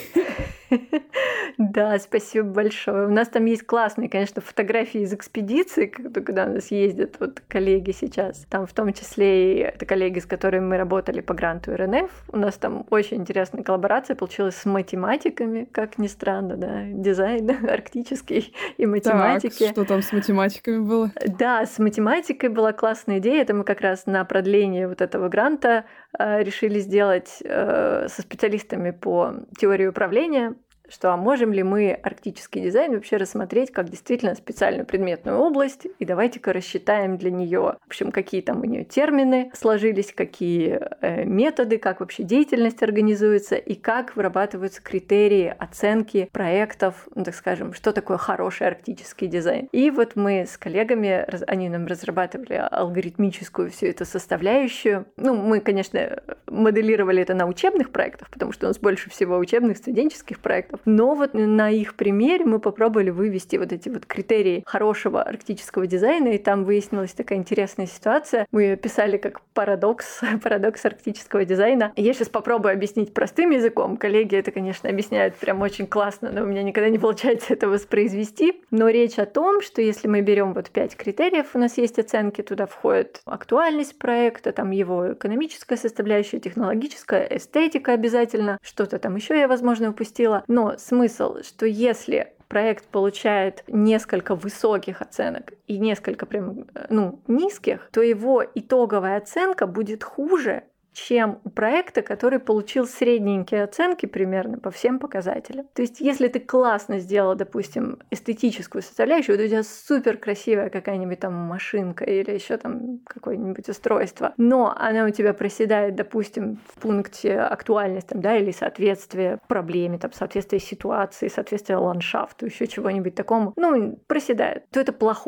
Да, спасибо большое. У нас там есть классные, конечно, фотографии из экспедиции, когда у нас ездят вот коллеги сейчас. Там в том числе и это коллеги, с которыми мы работали по гранту РНФ. У нас там очень интересная коллаборация получилась с математиками, как ни странно, дизайн арктический и математики. Так, что там с математиками было? Да, с математикой была классная идея. Это мы как раз на продление вот этого гранта решили сделать со специалистами по теории управления, что можем ли мы арктический дизайн вообще рассмотреть как действительно специальную предметную область, и давайте-ка рассчитаем для нее, в общем, какие там у нее термины сложились, какие методы, как вообще деятельность организуется, и как вырабатываются критерии оценки проектов, так скажем, что такое хороший арктический дизайн. И вот мы с коллегами, они нам разрабатывали алгоритмическую всю эту составляющую. Мы, конечно, моделировали это на учебных проектах, потому что у нас больше всего учебных студенческих проектов. Но вот на их примере мы попробовали вывести вот эти вот критерии хорошего арктического дизайна, и там выяснилась такая интересная ситуация. Мы ее описали как парадокс арктического дизайна. Я сейчас попробую объяснить простым языком. Коллеги это, конечно, объясняют прям очень классно, но у меня никогда не получается это воспроизвести. Но речь о том, что если мы берем вот 5 критериев, у нас есть оценки, туда входит актуальность проекта, там его экономическая составляющая, технологическая, эстетика обязательно, что-то там еще я, возможно, упустила. Но смысл, что если проект получает несколько высоких оценок и несколько прям, низких, то его итоговая оценка будет хуже, чем у проекта, который получил средненькие оценки примерно по всем показателям. То есть, если ты классно сделала, допустим, эстетическую составляющую, вот у тебя супер красивая какая-нибудь там машинка или еще там какое-нибудь устройство, но она у тебя проседает, допустим, в пункте актуальность там, или соответствие проблеме, там, соответствие ситуации, соответствие ландшафту, еще чего-нибудь такому, проседает, то это плохой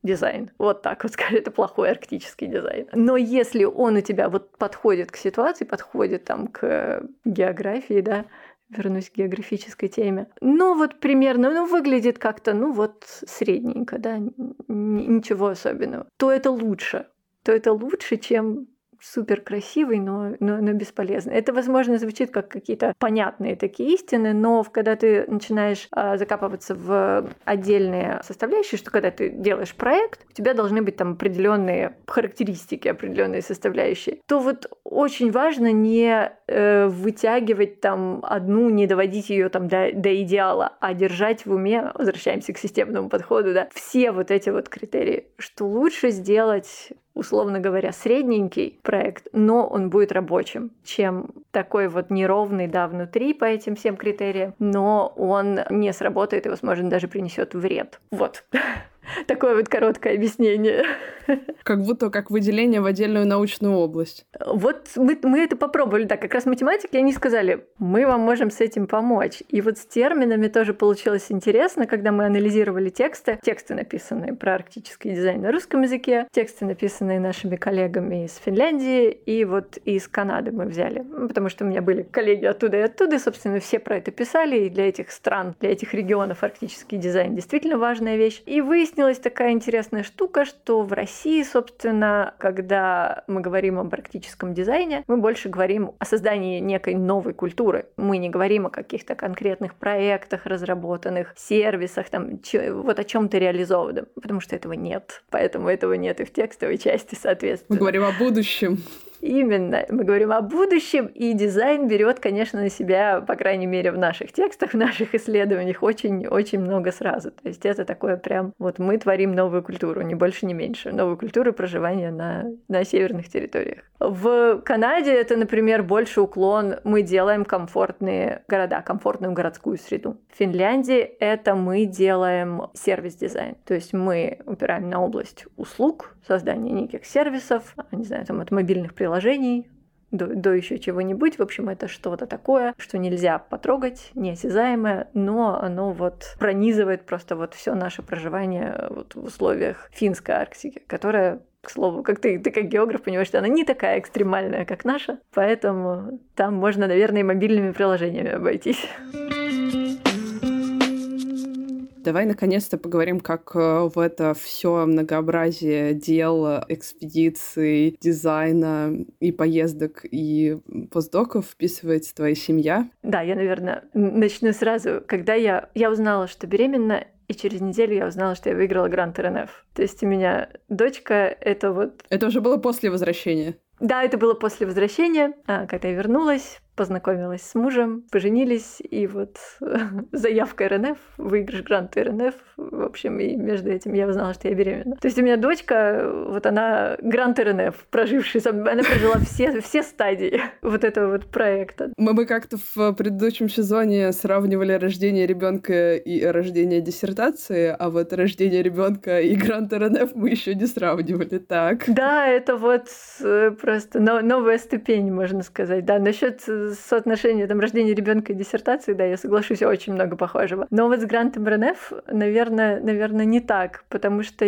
дизайн. Вот так вот скажем, это плохой арктический дизайн. Но если он у тебя вот подходит к ситуации, подходит там к географии, да, вернусь к географической теме. Ну, вот примерно, выглядит как-то, вот средненько, да, ничего особенного. То это лучше, чем супер красивый, но бесполезный. Это, возможно, звучит как какие-то понятные такие истины, но когда ты начинаешь закапываться в отдельные составляющие, что когда ты делаешь проект, у тебя должны быть там определенные характеристики, определенные составляющие, то вот очень важно не вытягивать там одну, не доводить ее там до идеала, а держать в уме, возвращаемся к системному подходу, да, все вот эти вот критерии, что лучше сделать, условно говоря, средненький проект, но он будет рабочим, чем такой вот неровный, да, внутри по этим всем критериям, но он не сработает и, возможно, даже принесет вред. Вот. Такое вот короткое объяснение. Как будто как выделение в отдельную научную область. Вот мы это попробовали. Да, как раз математики, они сказали, мы вам можем с этим помочь. И вот с терминами тоже получилось интересно, когда мы анализировали тексты, написанные про арктический дизайн на русском языке, тексты, написанные нашими коллегами из Финляндии и вот из Канады мы взяли. Потому что у меня были коллеги оттуда и оттуда, собственно, все про это писали, и для этих стран, для этих регионов арктический дизайн действительно важная вещь. И выяснилась такая интересная штука, что в России, собственно, когда мы говорим об арктическом дизайне, мы больше говорим о создании некой новой культуры. Мы не говорим о каких-то конкретных проектах, разработанных сервисах, там, вот о чем-то реализованном, потому что этого нет. Поэтому этого нет и в текстовой части, соответственно. Мы говорим о будущем. Именно. Мы говорим о будущем, и дизайн берет, конечно, на себя, по крайней мере, в наших текстах, в наших исследованиях очень-очень много сразу. То есть это такое прям, вот мы творим новую культуру, ни больше, ни меньше. Новую культуру проживания на северных территориях. В Канаде это, например, больше уклон, мы делаем комфортные города, комфортную городскую среду. В Финляндии это мы делаем сервис-дизайн. То есть мы упираем на область услуг, создания неких сервисов, не знаю, там от мобильных приложений до еще чего-нибудь. В общем, это что-то такое, что нельзя потрогать, неосязаемое, но оно вот пронизывает просто вот все наше проживание вот в условиях финской Арктики, которая, к слову, как ты как географ понимаешь, что она не такая экстремальная, как наша, поэтому там можно, наверное, и мобильными приложениями обойтись. Давай наконец-то поговорим, как в это все многообразие дел, экспедиций, дизайна и поездок и постдоков вписывается твоя семья. Да, я, наверное, начну сразу. Когда я узнала, что беременна, и через неделю я узнала, что я выиграла грант РНФ. То есть у меня дочка, это вот... Это уже было после возвращения? Да, это было после возвращения. Когда я вернулась, познакомилась с мужем, поженились, и вот заявка РНФ, выигрыш гранта РНФ, в общем, и между этим я узнала, что я беременна. То есть у меня дочка, вот она грант РНФ, прожившая, она прожила все стадии вот этого вот проекта. Мы как-то в предыдущем сезоне сравнивали рождение ребенка и рождение диссертации, а вот рождение ребенка и грант РНФ мы еще не сравнивали. Так. Да, это вот просто новая ступень, можно сказать. Да, насчет соотношения там рождения ребенка и диссертации, да, я соглашусь, очень много похожего. Но вот с грантом РНФ, наверное, не так, потому что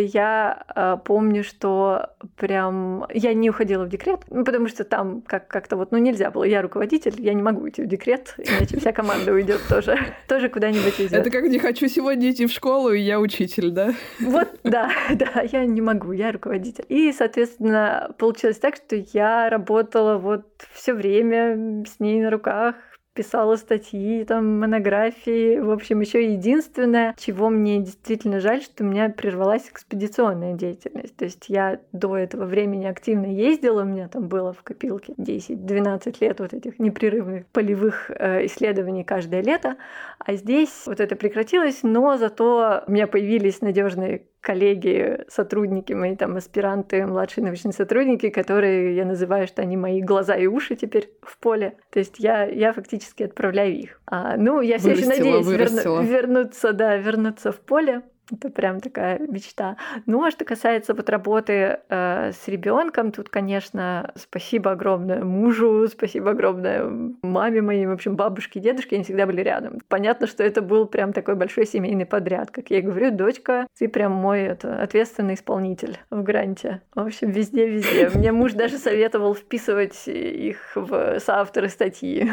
я помню, что прям я не уходила в декрет, потому что там как-то вот, нельзя было. Я руководитель, я не могу идти в декрет, иначе вся команда уйдет тоже куда-нибудь уйдет. Это как не хочу сегодня идти в школу, и я учитель, да? Вот, да, я не могу, я руководитель. И, соответственно, получилось так, что я работала вот все время с ней на руках, писала статьи, там, монографии. В общем, еще единственное, чего мне действительно жаль, что у меня прервалась экспедиционная деятельность. То есть я до этого времени активно ездила, у меня там было в копилке 10-12 лет вот этих непрерывных полевых исследований каждое лето, а здесь вот это прекратилось, но зато у меня появились надежные коллеги, сотрудники, мои там аспиранты, младшие научные сотрудники, которые я называю, что они мои глаза и уши теперь в поле. То есть я фактически отправляю их. Я все еще надеюсь вернуться в поле. Это прям такая мечта. Ну, а что касается вот работы с ребенком, тут, конечно, спасибо огромное мужу, спасибо огромное маме моей, в общем, бабушке и дедушке, они всегда были рядом. Понятно, что это был прям такой большой семейный подряд. Как я и говорю, дочка, ты прям мой ответственный исполнитель в гранте. В общем, везде-везде. Мне муж даже советовал вписывать их в соавторы статей.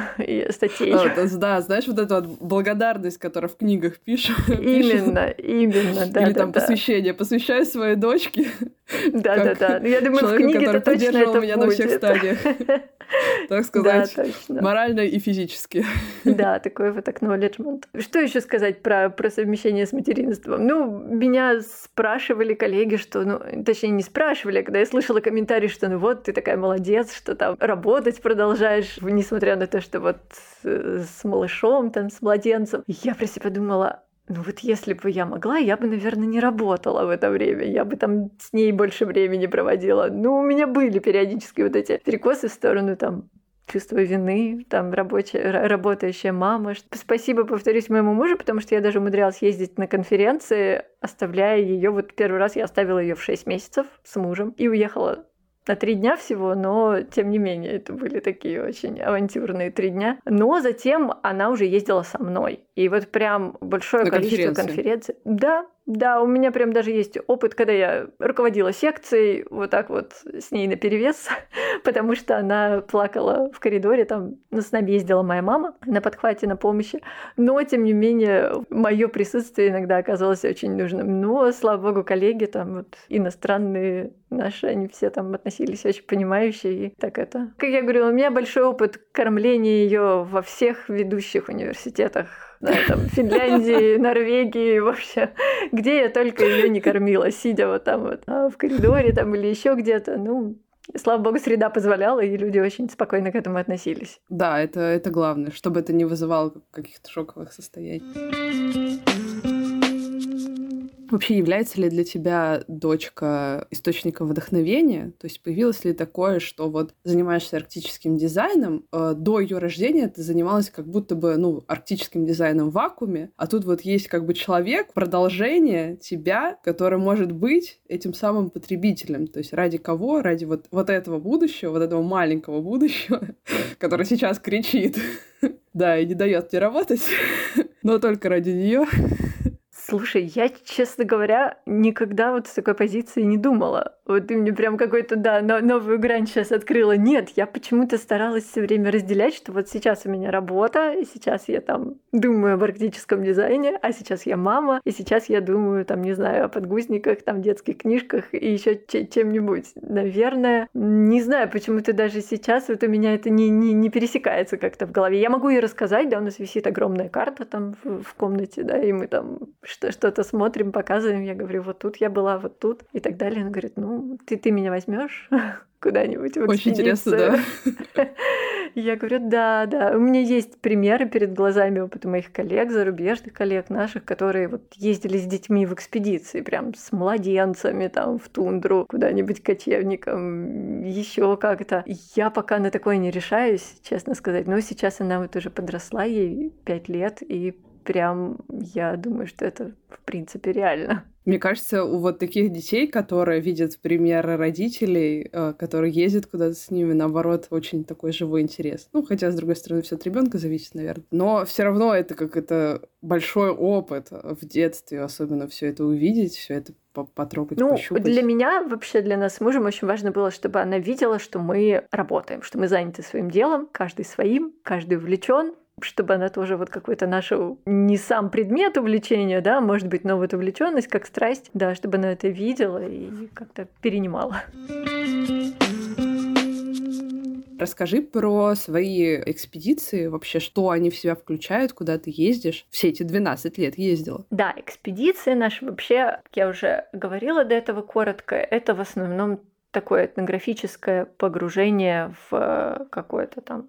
Да, знаешь, вот эту вот благодарность, которую в книгах пишут. Именно, да. Или там посвящение. Посвящаю своей дочке. Да. Я думаю, в книге это точно это меня на всех стадиях. Так сказать, да, морально и физически. Да, такой вот acknowledgement. Что еще сказать про совмещение с материнством? Ну, меня спрашивали коллеги, что, точнее, не спрашивали, а когда я слышала комментарий, что вот ты такая молодец, что там работать продолжаешь, несмотря на то, что вот с малышом, там, с младенцем. Я про себя думала, вот если бы я могла, я бы, наверное, не работала в это время. Я бы там с ней больше времени проводила. У меня были периодически вот эти перекосы в сторону там чувство вины, там работающая мама. Спасибо, повторюсь, моему мужу, потому что я даже умудрялась ездить на конференции, оставляя ее. Вот первый раз я оставила ее в 6 месяцев с мужем и уехала на 3 дня всего, но тем не менее это были такие очень авантюрные 3 дня. Но затем она уже ездила со мной. И вот прям большое количество конференций. Да, у меня прям даже есть опыт, когда я руководила секцией, вот так вот с ней наперевес, потому что она плакала в коридоре, там с нами ездила моя мама на подхвате, на помощи, но, тем не менее, мое присутствие иногда оказалось очень нужным. Но, слава богу, коллеги там вот иностранные наши, они все там относились очень понимающе, и так это... Как я говорила, у меня большой опыт кормления ее во всех ведущих университетах, да, там, Финляндии, Норвегии, вообще, где я только ее не кормила, сидя вот там вот в коридоре там или еще где-то. Слава богу, среда позволяла, и люди очень спокойно к этому относились. Да, это главное, чтобы это не вызывало каких-то шоковых состояний. Вообще, является ли для тебя дочка источником вдохновения? То есть появилось ли такое, что вот занимаешься арктическим дизайном, до ее рождения ты занималась как будто бы, арктическим дизайном в вакууме, а тут вот есть как бы человек, продолжение тебя, который может быть этим самым потребителем. То есть ради кого? Ради вот этого будущего, вот этого маленького будущего, который сейчас кричит, да, и не дает тебе работать, но только ради нее. Слушай, я, честно говоря, никогда вот с такой позиции не думала. Вот ты мне прям какой-то, новую грань сейчас открыла. Нет, я почему-то старалась все время разделять, что вот сейчас у меня работа, и сейчас я там думаю об арктическом дизайне, а сейчас я мама, и сейчас я думаю, там, не знаю, о подгузниках, там, детских книжках и еще чем-нибудь. Наверное, не знаю, почему-то даже сейчас вот у меня это не пересекается как-то в голове. Я могу ей рассказать, да, у нас висит огромная карта там в комнате, да, и мы там что-то смотрим, показываем, я говорю, вот тут я была, вот тут, и так далее. Он говорит, ты меня возьмешь куда-нибудь в экспедицию? Очень интересно, да. Я говорю, да. У меня есть примеры перед глазами опыта моих коллег, зарубежных коллег наших, которые вот ездили с детьми в экспедиции, прям с младенцами там в тундру, куда-нибудь кочевникам, еще как-то. Я пока на такое не решаюсь, честно сказать. Но сейчас она вот уже подросла, ей 5 лет, и прям я думаю, что это в принципе реально. Мне кажется, у вот таких детей, которые видят примеры родителей, которые ездят куда-то с ними, наоборот, очень такой живой интерес. Хотя, с другой стороны, все от ребенка зависит, наверное. Но все равно это как большой опыт в детстве, особенно все это увидеть, все это потрогать, пощупать. Для меня, вообще для нас с мужем очень важно было, чтобы она видела, что мы работаем, что мы заняты своим делом, каждый своим, каждый увлечен, чтобы она тоже вот какой-то наш, не сам предмет увлечения, да, может быть, но вот увлеченность как страсть, да, чтобы она это видела и как-то перенимала. Расскажи про свои экспедиции, вообще, что они в себя включают, куда ты ездишь. Все эти 12 лет ездила. Да, экспедиции наши вообще, как я уже говорила до этого коротко, это в основном такое этнографическое погружение в какое-то там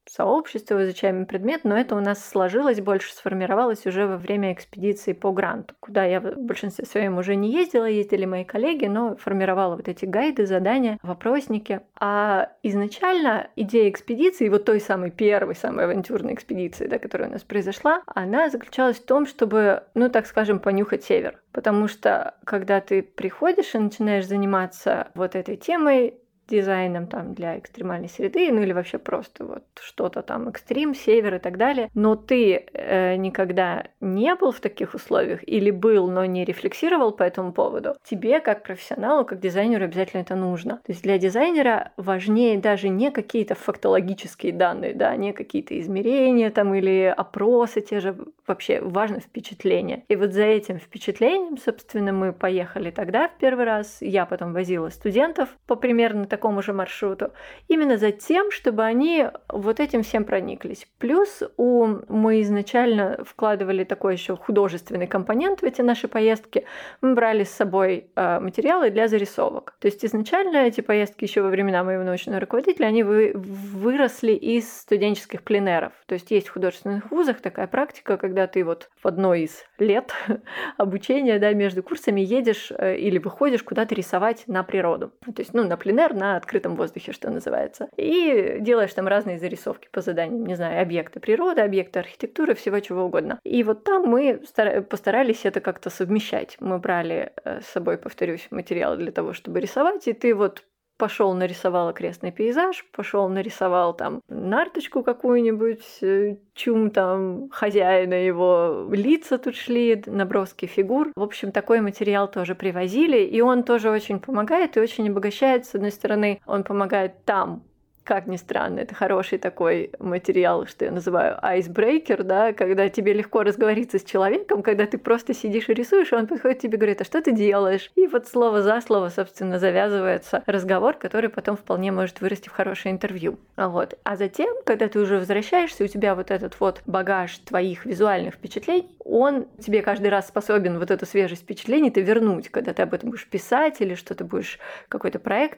сообщество, изучаемый предмет, но это у нас сложилось больше, сформировалось уже во время экспедиции по гранту, куда я в большинстве своем уже не ездила, ездили мои коллеги, но формировала вот эти гайды, задания, вопросники. А изначально идея экспедиции, вот той самой первой, самой авантюрной экспедиции, да, которая у нас произошла, она заключалась в том, чтобы, так скажем, понюхать север. Потому что, когда ты приходишь и начинаешь заниматься вот этой темой, дизайном там для экстремальной среды, или вообще просто вот что-то там экстрим, север и так далее, но ты никогда не был в таких условиях или был, но не рефлексировал по этому поводу, тебе как профессионалу, как дизайнеру обязательно это нужно. То есть для дизайнера важнее даже не какие-то фактологические данные, да, не какие-то измерения там или опросы те же, вообще важно впечатление. И вот за этим впечатлением, собственно, мы поехали тогда в первый раз, я потом возила студентов по примерно такому же маршруту, именно за тем, чтобы они вот этим всем прониклись. Плюс мы изначально вкладывали такой еще художественный компонент в эти наши поездки. Мы брали с собой материалы для зарисовок. То есть изначально эти поездки еще во времена моего научного руководителя, они выросли из студенческих пленэров. То есть есть в художественных вузах такая практика, когда ты вот в одной из лет обучения, да, между курсами едешь или выходишь куда-то рисовать на природу. То есть, на пленэр, на открытом воздухе, что называется. И делаешь там разные зарисовки по заданиям, не знаю, объекты природы, объекты архитектуры, всего чего угодно. И вот там мы постарались это как-то совмещать. Мы брали с собой, повторюсь, материалы для того, чтобы рисовать, и ты вот пошел нарисовал окрестный пейзаж, пошел нарисовал там нарточку какую-нибудь, чум там хозяина, его лица тут шли, наброски фигур. В общем, такой материал тоже привозили, и он тоже очень помогает и очень обогащает. С одной стороны, он помогает там, как ни странно, это хороший такой материал, что я называю айсбрейкер, да, когда тебе легко разговориться с человеком, когда ты просто сидишь и рисуешь, и он подходит к тебе и говорит: а что ты делаешь? И вот слово за слово, собственно, завязывается разговор, который потом вполне может вырасти в хорошее интервью. Вот. А затем, когда ты уже возвращаешься, у тебя вот этот вот багаж твоих визуальных впечатлений, он тебе каждый раз способен вот эту свежесть впечатлений-то вернуть, когда ты об этом будешь писать или что-то будешь, какой-то проект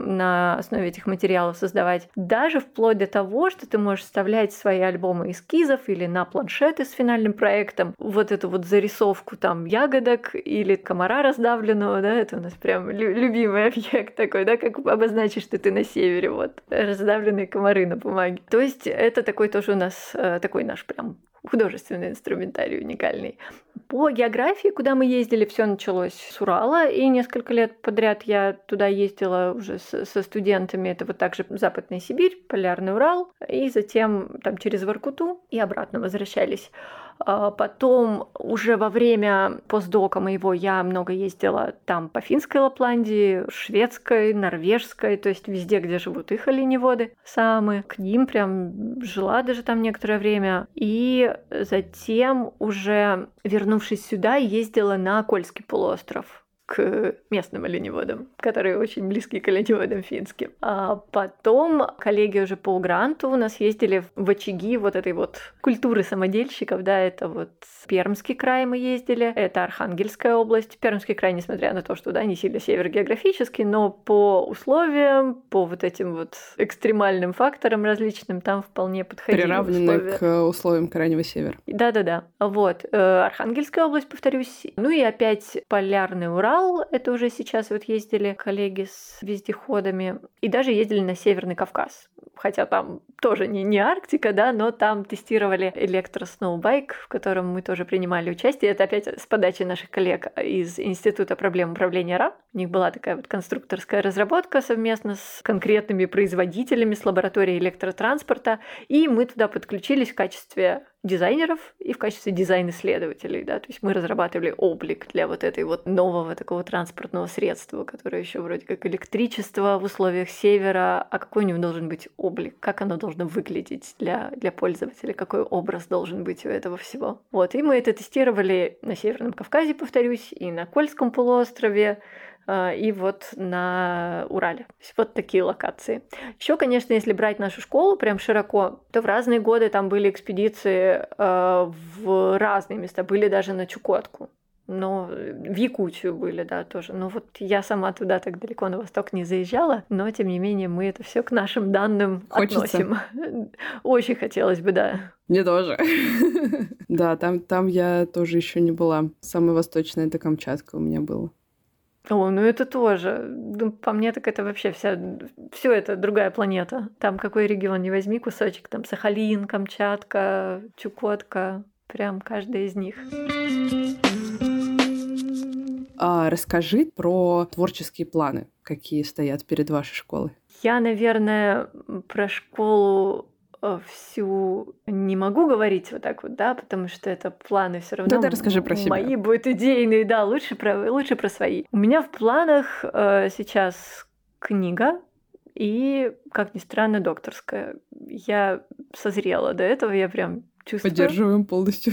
на основе этих материалов создавать. Даже вплоть до того, что ты можешь вставлять в свои альбомы эскизов или на планшеты с финальным проектом вот эту вот зарисовку там ягодок или комара раздавленного, да, это у нас прям любимый объект такой, да, как обозначишь, что ты на севере, вот, раздавленные комары на бумаге. То есть это такой тоже у нас такой наш прям художественный инструментарий уникальный. По географии, куда мы ездили, все началось с Урала, и несколько лет подряд я туда ездила уже со студентами. Это вот также Западная Сибирь, Полярный Урал, и затем там через Воркуту и обратно возвращались. Потом уже во время постдока моего я много ездила там по финской Лапландии, шведской, норвежской, то есть везде, где живут их оленеводы самые. К ним прям жила даже там некоторое время. И затем уже, вернувшись сюда, ездила на Кольский полуостров к местным оленеводам, которые очень близки к оленеводам финским. А потом коллеги уже по гранту у нас ездили в очаги вот этой вот культуры самодельщиков, да, это вот Пермский край мы ездили, это Архангельская область. Пермский край, несмотря на то, что, да, не сильно север географически, но по условиям, по вот этим вот экстремальным факторам различным, там вполне подходили приравнены условия. К условиям Крайнего Севера. Да-да-да. Вот. Архангельская область, повторюсь. Ну и опять Полярный Урал. Это уже сейчас вот ездили коллеги с вездеходами. И даже ездили на Северный Кавказ. Хотя там тоже не Арктика, да, но там тестировали электросноубайк, в котором мы тоже принимали участие. Это опять с подачи наших коллег из Института проблем управления РА. У них была такая вот конструкторская разработка совместно с конкретными производителями, с лабораторией электротранспорта. И мы туда подключились в качестве дизайнеров и в качестве дизайн-исследователей, да, то есть мы разрабатывали облик для вот этой вот нового такого транспортного средства, которое еще вроде как электричество в условиях севера, а какой у него должен быть облик, как оно должно выглядеть для пользователя, какой образ должен быть у этого всего. Вот, и мы это тестировали на Северном Кавказе, повторюсь, и на Кольском полуострове, и вот на Урале. То есть вот такие локации. Еще, конечно, если брать нашу школу прям широко, то в разные годы там были экспедиции в разные места. Были даже на Чукотку. но в Якутию были, да, тоже. Но вот я сама туда так далеко на восток не заезжала, но тем не менее мы это все к нашим данным относим. Очень хотелось бы, да. Мне тоже. Да, там я тоже еще не была. Самая восточная — это Камчатка у меня было. О, ну это тоже. Ну, по мне, так это вообще все это другая планета. Там какой регион не возьми кусочек, там Сахалин, Камчатка, Чукотка, прям каждая из них. Расскажи про творческие планы, какие стоят перед вашей школой. Я, наверное, про школу всю не могу говорить вот так вот, да, потому что это планы все равно. Да, расскажи про себя. Мои будут идейные, да, лучше про свои. У меня в планах сейчас книга и, как ни странно, докторская. Я созрела до этого, я прям чувствую. Поддерживаем полностью.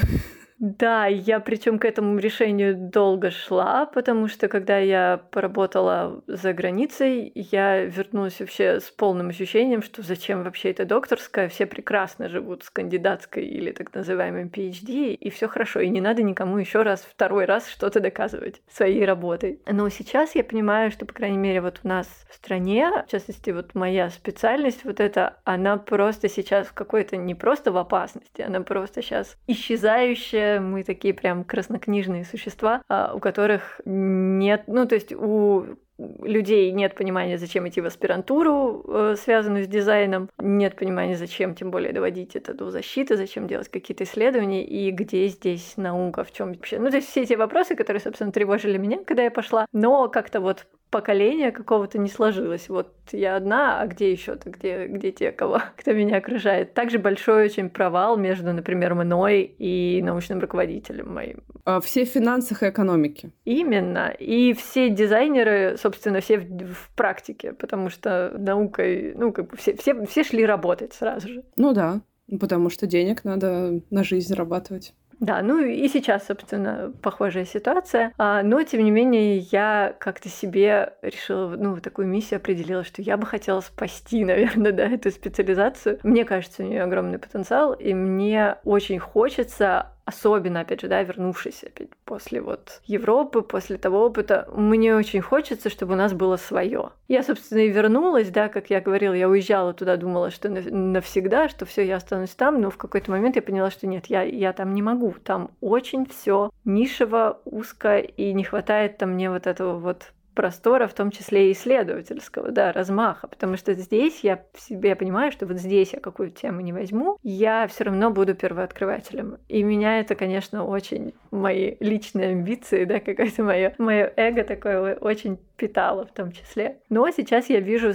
Да, я причем к этому решению долго шла, потому что когда я поработала за границей, я вернулась вообще с полным ощущением, что зачем вообще это докторская, все прекрасно живут с кандидатской или так называемым PhD, и все хорошо, и не надо никому еще раз, второй раз что-то доказывать своей работой. Но сейчас я понимаю, что, по крайней мере, вот у нас в стране, в частности, вот моя специальность вот эта, она просто сейчас в какой-то не просто в опасности, она просто сейчас исчезающая. Мы такие прям краснокнижные существа, у которых нет, ну то есть у людей нет понимания, зачем идти в аспирантуру, связанную с дизайном, нет понимания, зачем тем более доводить это до защиты, зачем делать какие-то исследования и где здесь наука, в чем вообще. Ну то есть все эти вопросы, которые, собственно, тревожили меня, когда я пошла, но как-то вот поколения какого-то не сложилось. Вот я одна, а где еще-то, где те, кто меня окружает? Также большой очень провал между, например, мной и научным руководителем моим. Все в финансах и экономике. Именно. И все дизайнеры, собственно, все в практике, потому что наукой, ну, как бы все шли работать сразу же. Ну да, потому что денег надо на жизнь зарабатывать. Да, ну и сейчас, собственно, похожая ситуация. Но, тем не менее, я как-то себе решила, ну, вот такую миссию определила, что я бы хотела спасти, наверное, да, эту специализацию. Мне кажется, у нее огромный потенциал, и мне очень хочется, особенно, опять же, да, вернувшись опять после вот Европы, после того опыта, мне очень хочется, чтобы у нас было свое. Я, собственно, и вернулась, да, как я говорила, я уезжала туда, думала, что навсегда, что все, я останусь там, но в какой-то момент я поняла, что нет, я там не могу, там очень все нишево, узко, и не хватает там мне вот этого вот простора, в том числе и исследовательского, да, размаха, потому что здесь я понимаю, что вот здесь я какую тему не возьму, я все равно буду первооткрывателем. И меня это, конечно, очень мои личные амбиции, да, какое-то мое эго такое очень питало в том числе. Но сейчас я вижу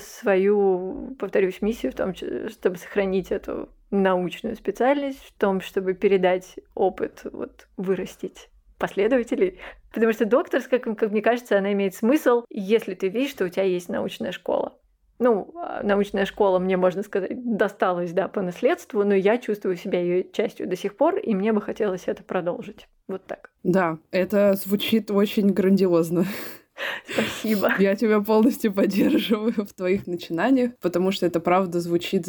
свою, повторюсь, миссию в том, чтобы сохранить эту научную специальность, в том, чтобы передать опыт, вот, вырастить последователей. Потому что докторская, как мне кажется, она имеет смысл, если ты видишь, что у тебя есть научная школа. Ну, научная школа, мне, можно сказать, досталась, да, по наследству, но я чувствую себя ее частью до сих пор, и мне бы хотелось это продолжить. Вот так. Да, это звучит очень грандиозно. Спасибо. Я тебя полностью поддерживаю в твоих начинаниях, потому что это правда звучит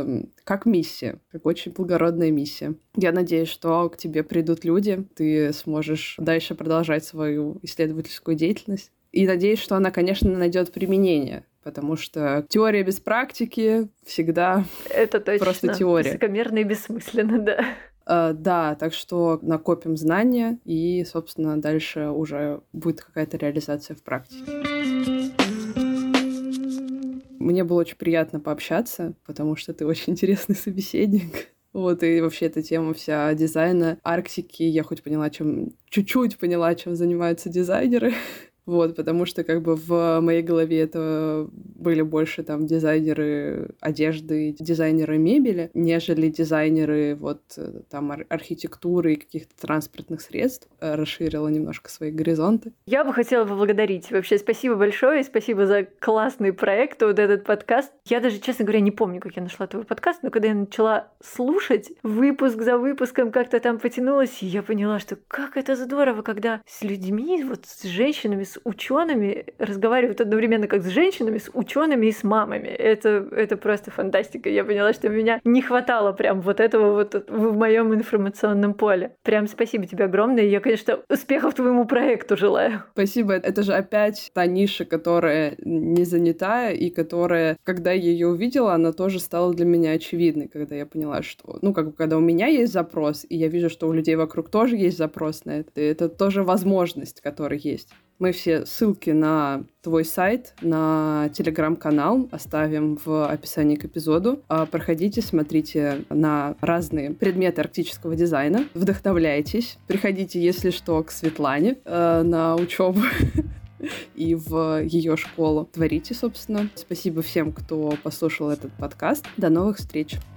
как миссия, как очень благородная миссия. Я надеюсь, что к тебе придут люди, ты сможешь дальше продолжать свою исследовательскую деятельность. И надеюсь, что она, конечно, найдет применение, потому что теория без практики всегда это точно просто теория. Высокомерно и бессмысленно, да. Да, так что накопим знания, и, собственно, дальше уже будет какая-то реализация в практике. Мне было очень приятно пообщаться, потому что ты очень интересный собеседник. Вот, и вообще эта тема вся дизайна Арктики, я хоть чуть-чуть поняла, чем занимаются дизайнеры. Вот, потому что как бы в моей голове это были больше там дизайнеры одежды, дизайнеры мебели, нежели дизайнеры вот там архитектуры и каких-то транспортных средств. Расширила немножко свои горизонты. Я бы хотела поблагодарить. Вообще спасибо большое, спасибо за классный проект, вот этот подкаст. Я даже, честно говоря, не помню, как я нашла твой подкаст, но когда я начала слушать выпуск за выпуском, как-то там потянулась, и я поняла, что как это здорово, когда с людьми, вот с женщинами, с учеными разговаривают одновременно как с женщинами, с учеными, учеными и с мамами. Это просто фантастика. Я поняла, что у меня не хватало прям вот этого вот в моем информационном поле. Прям спасибо тебе огромное. Я, конечно, успехов твоему проекту желаю. Спасибо. Это же опять та ниша, которая не занята, и которая, когда я ее увидела, она тоже стала для меня очевидной, когда я поняла, что, когда у меня есть запрос, и я вижу, что у людей вокруг тоже есть запрос на это тоже возможность, которая есть. Мы все ссылки на твой сайт, на телеграм-канал оставим в описании к эпизоду. Проходите, смотрите на разные предметы арктического дизайна, вдохновляйтесь, приходите, если что, к Светлане на учебу и в ее школу. Творите, собственно. Спасибо всем, кто послушал этот подкаст. До новых встреч!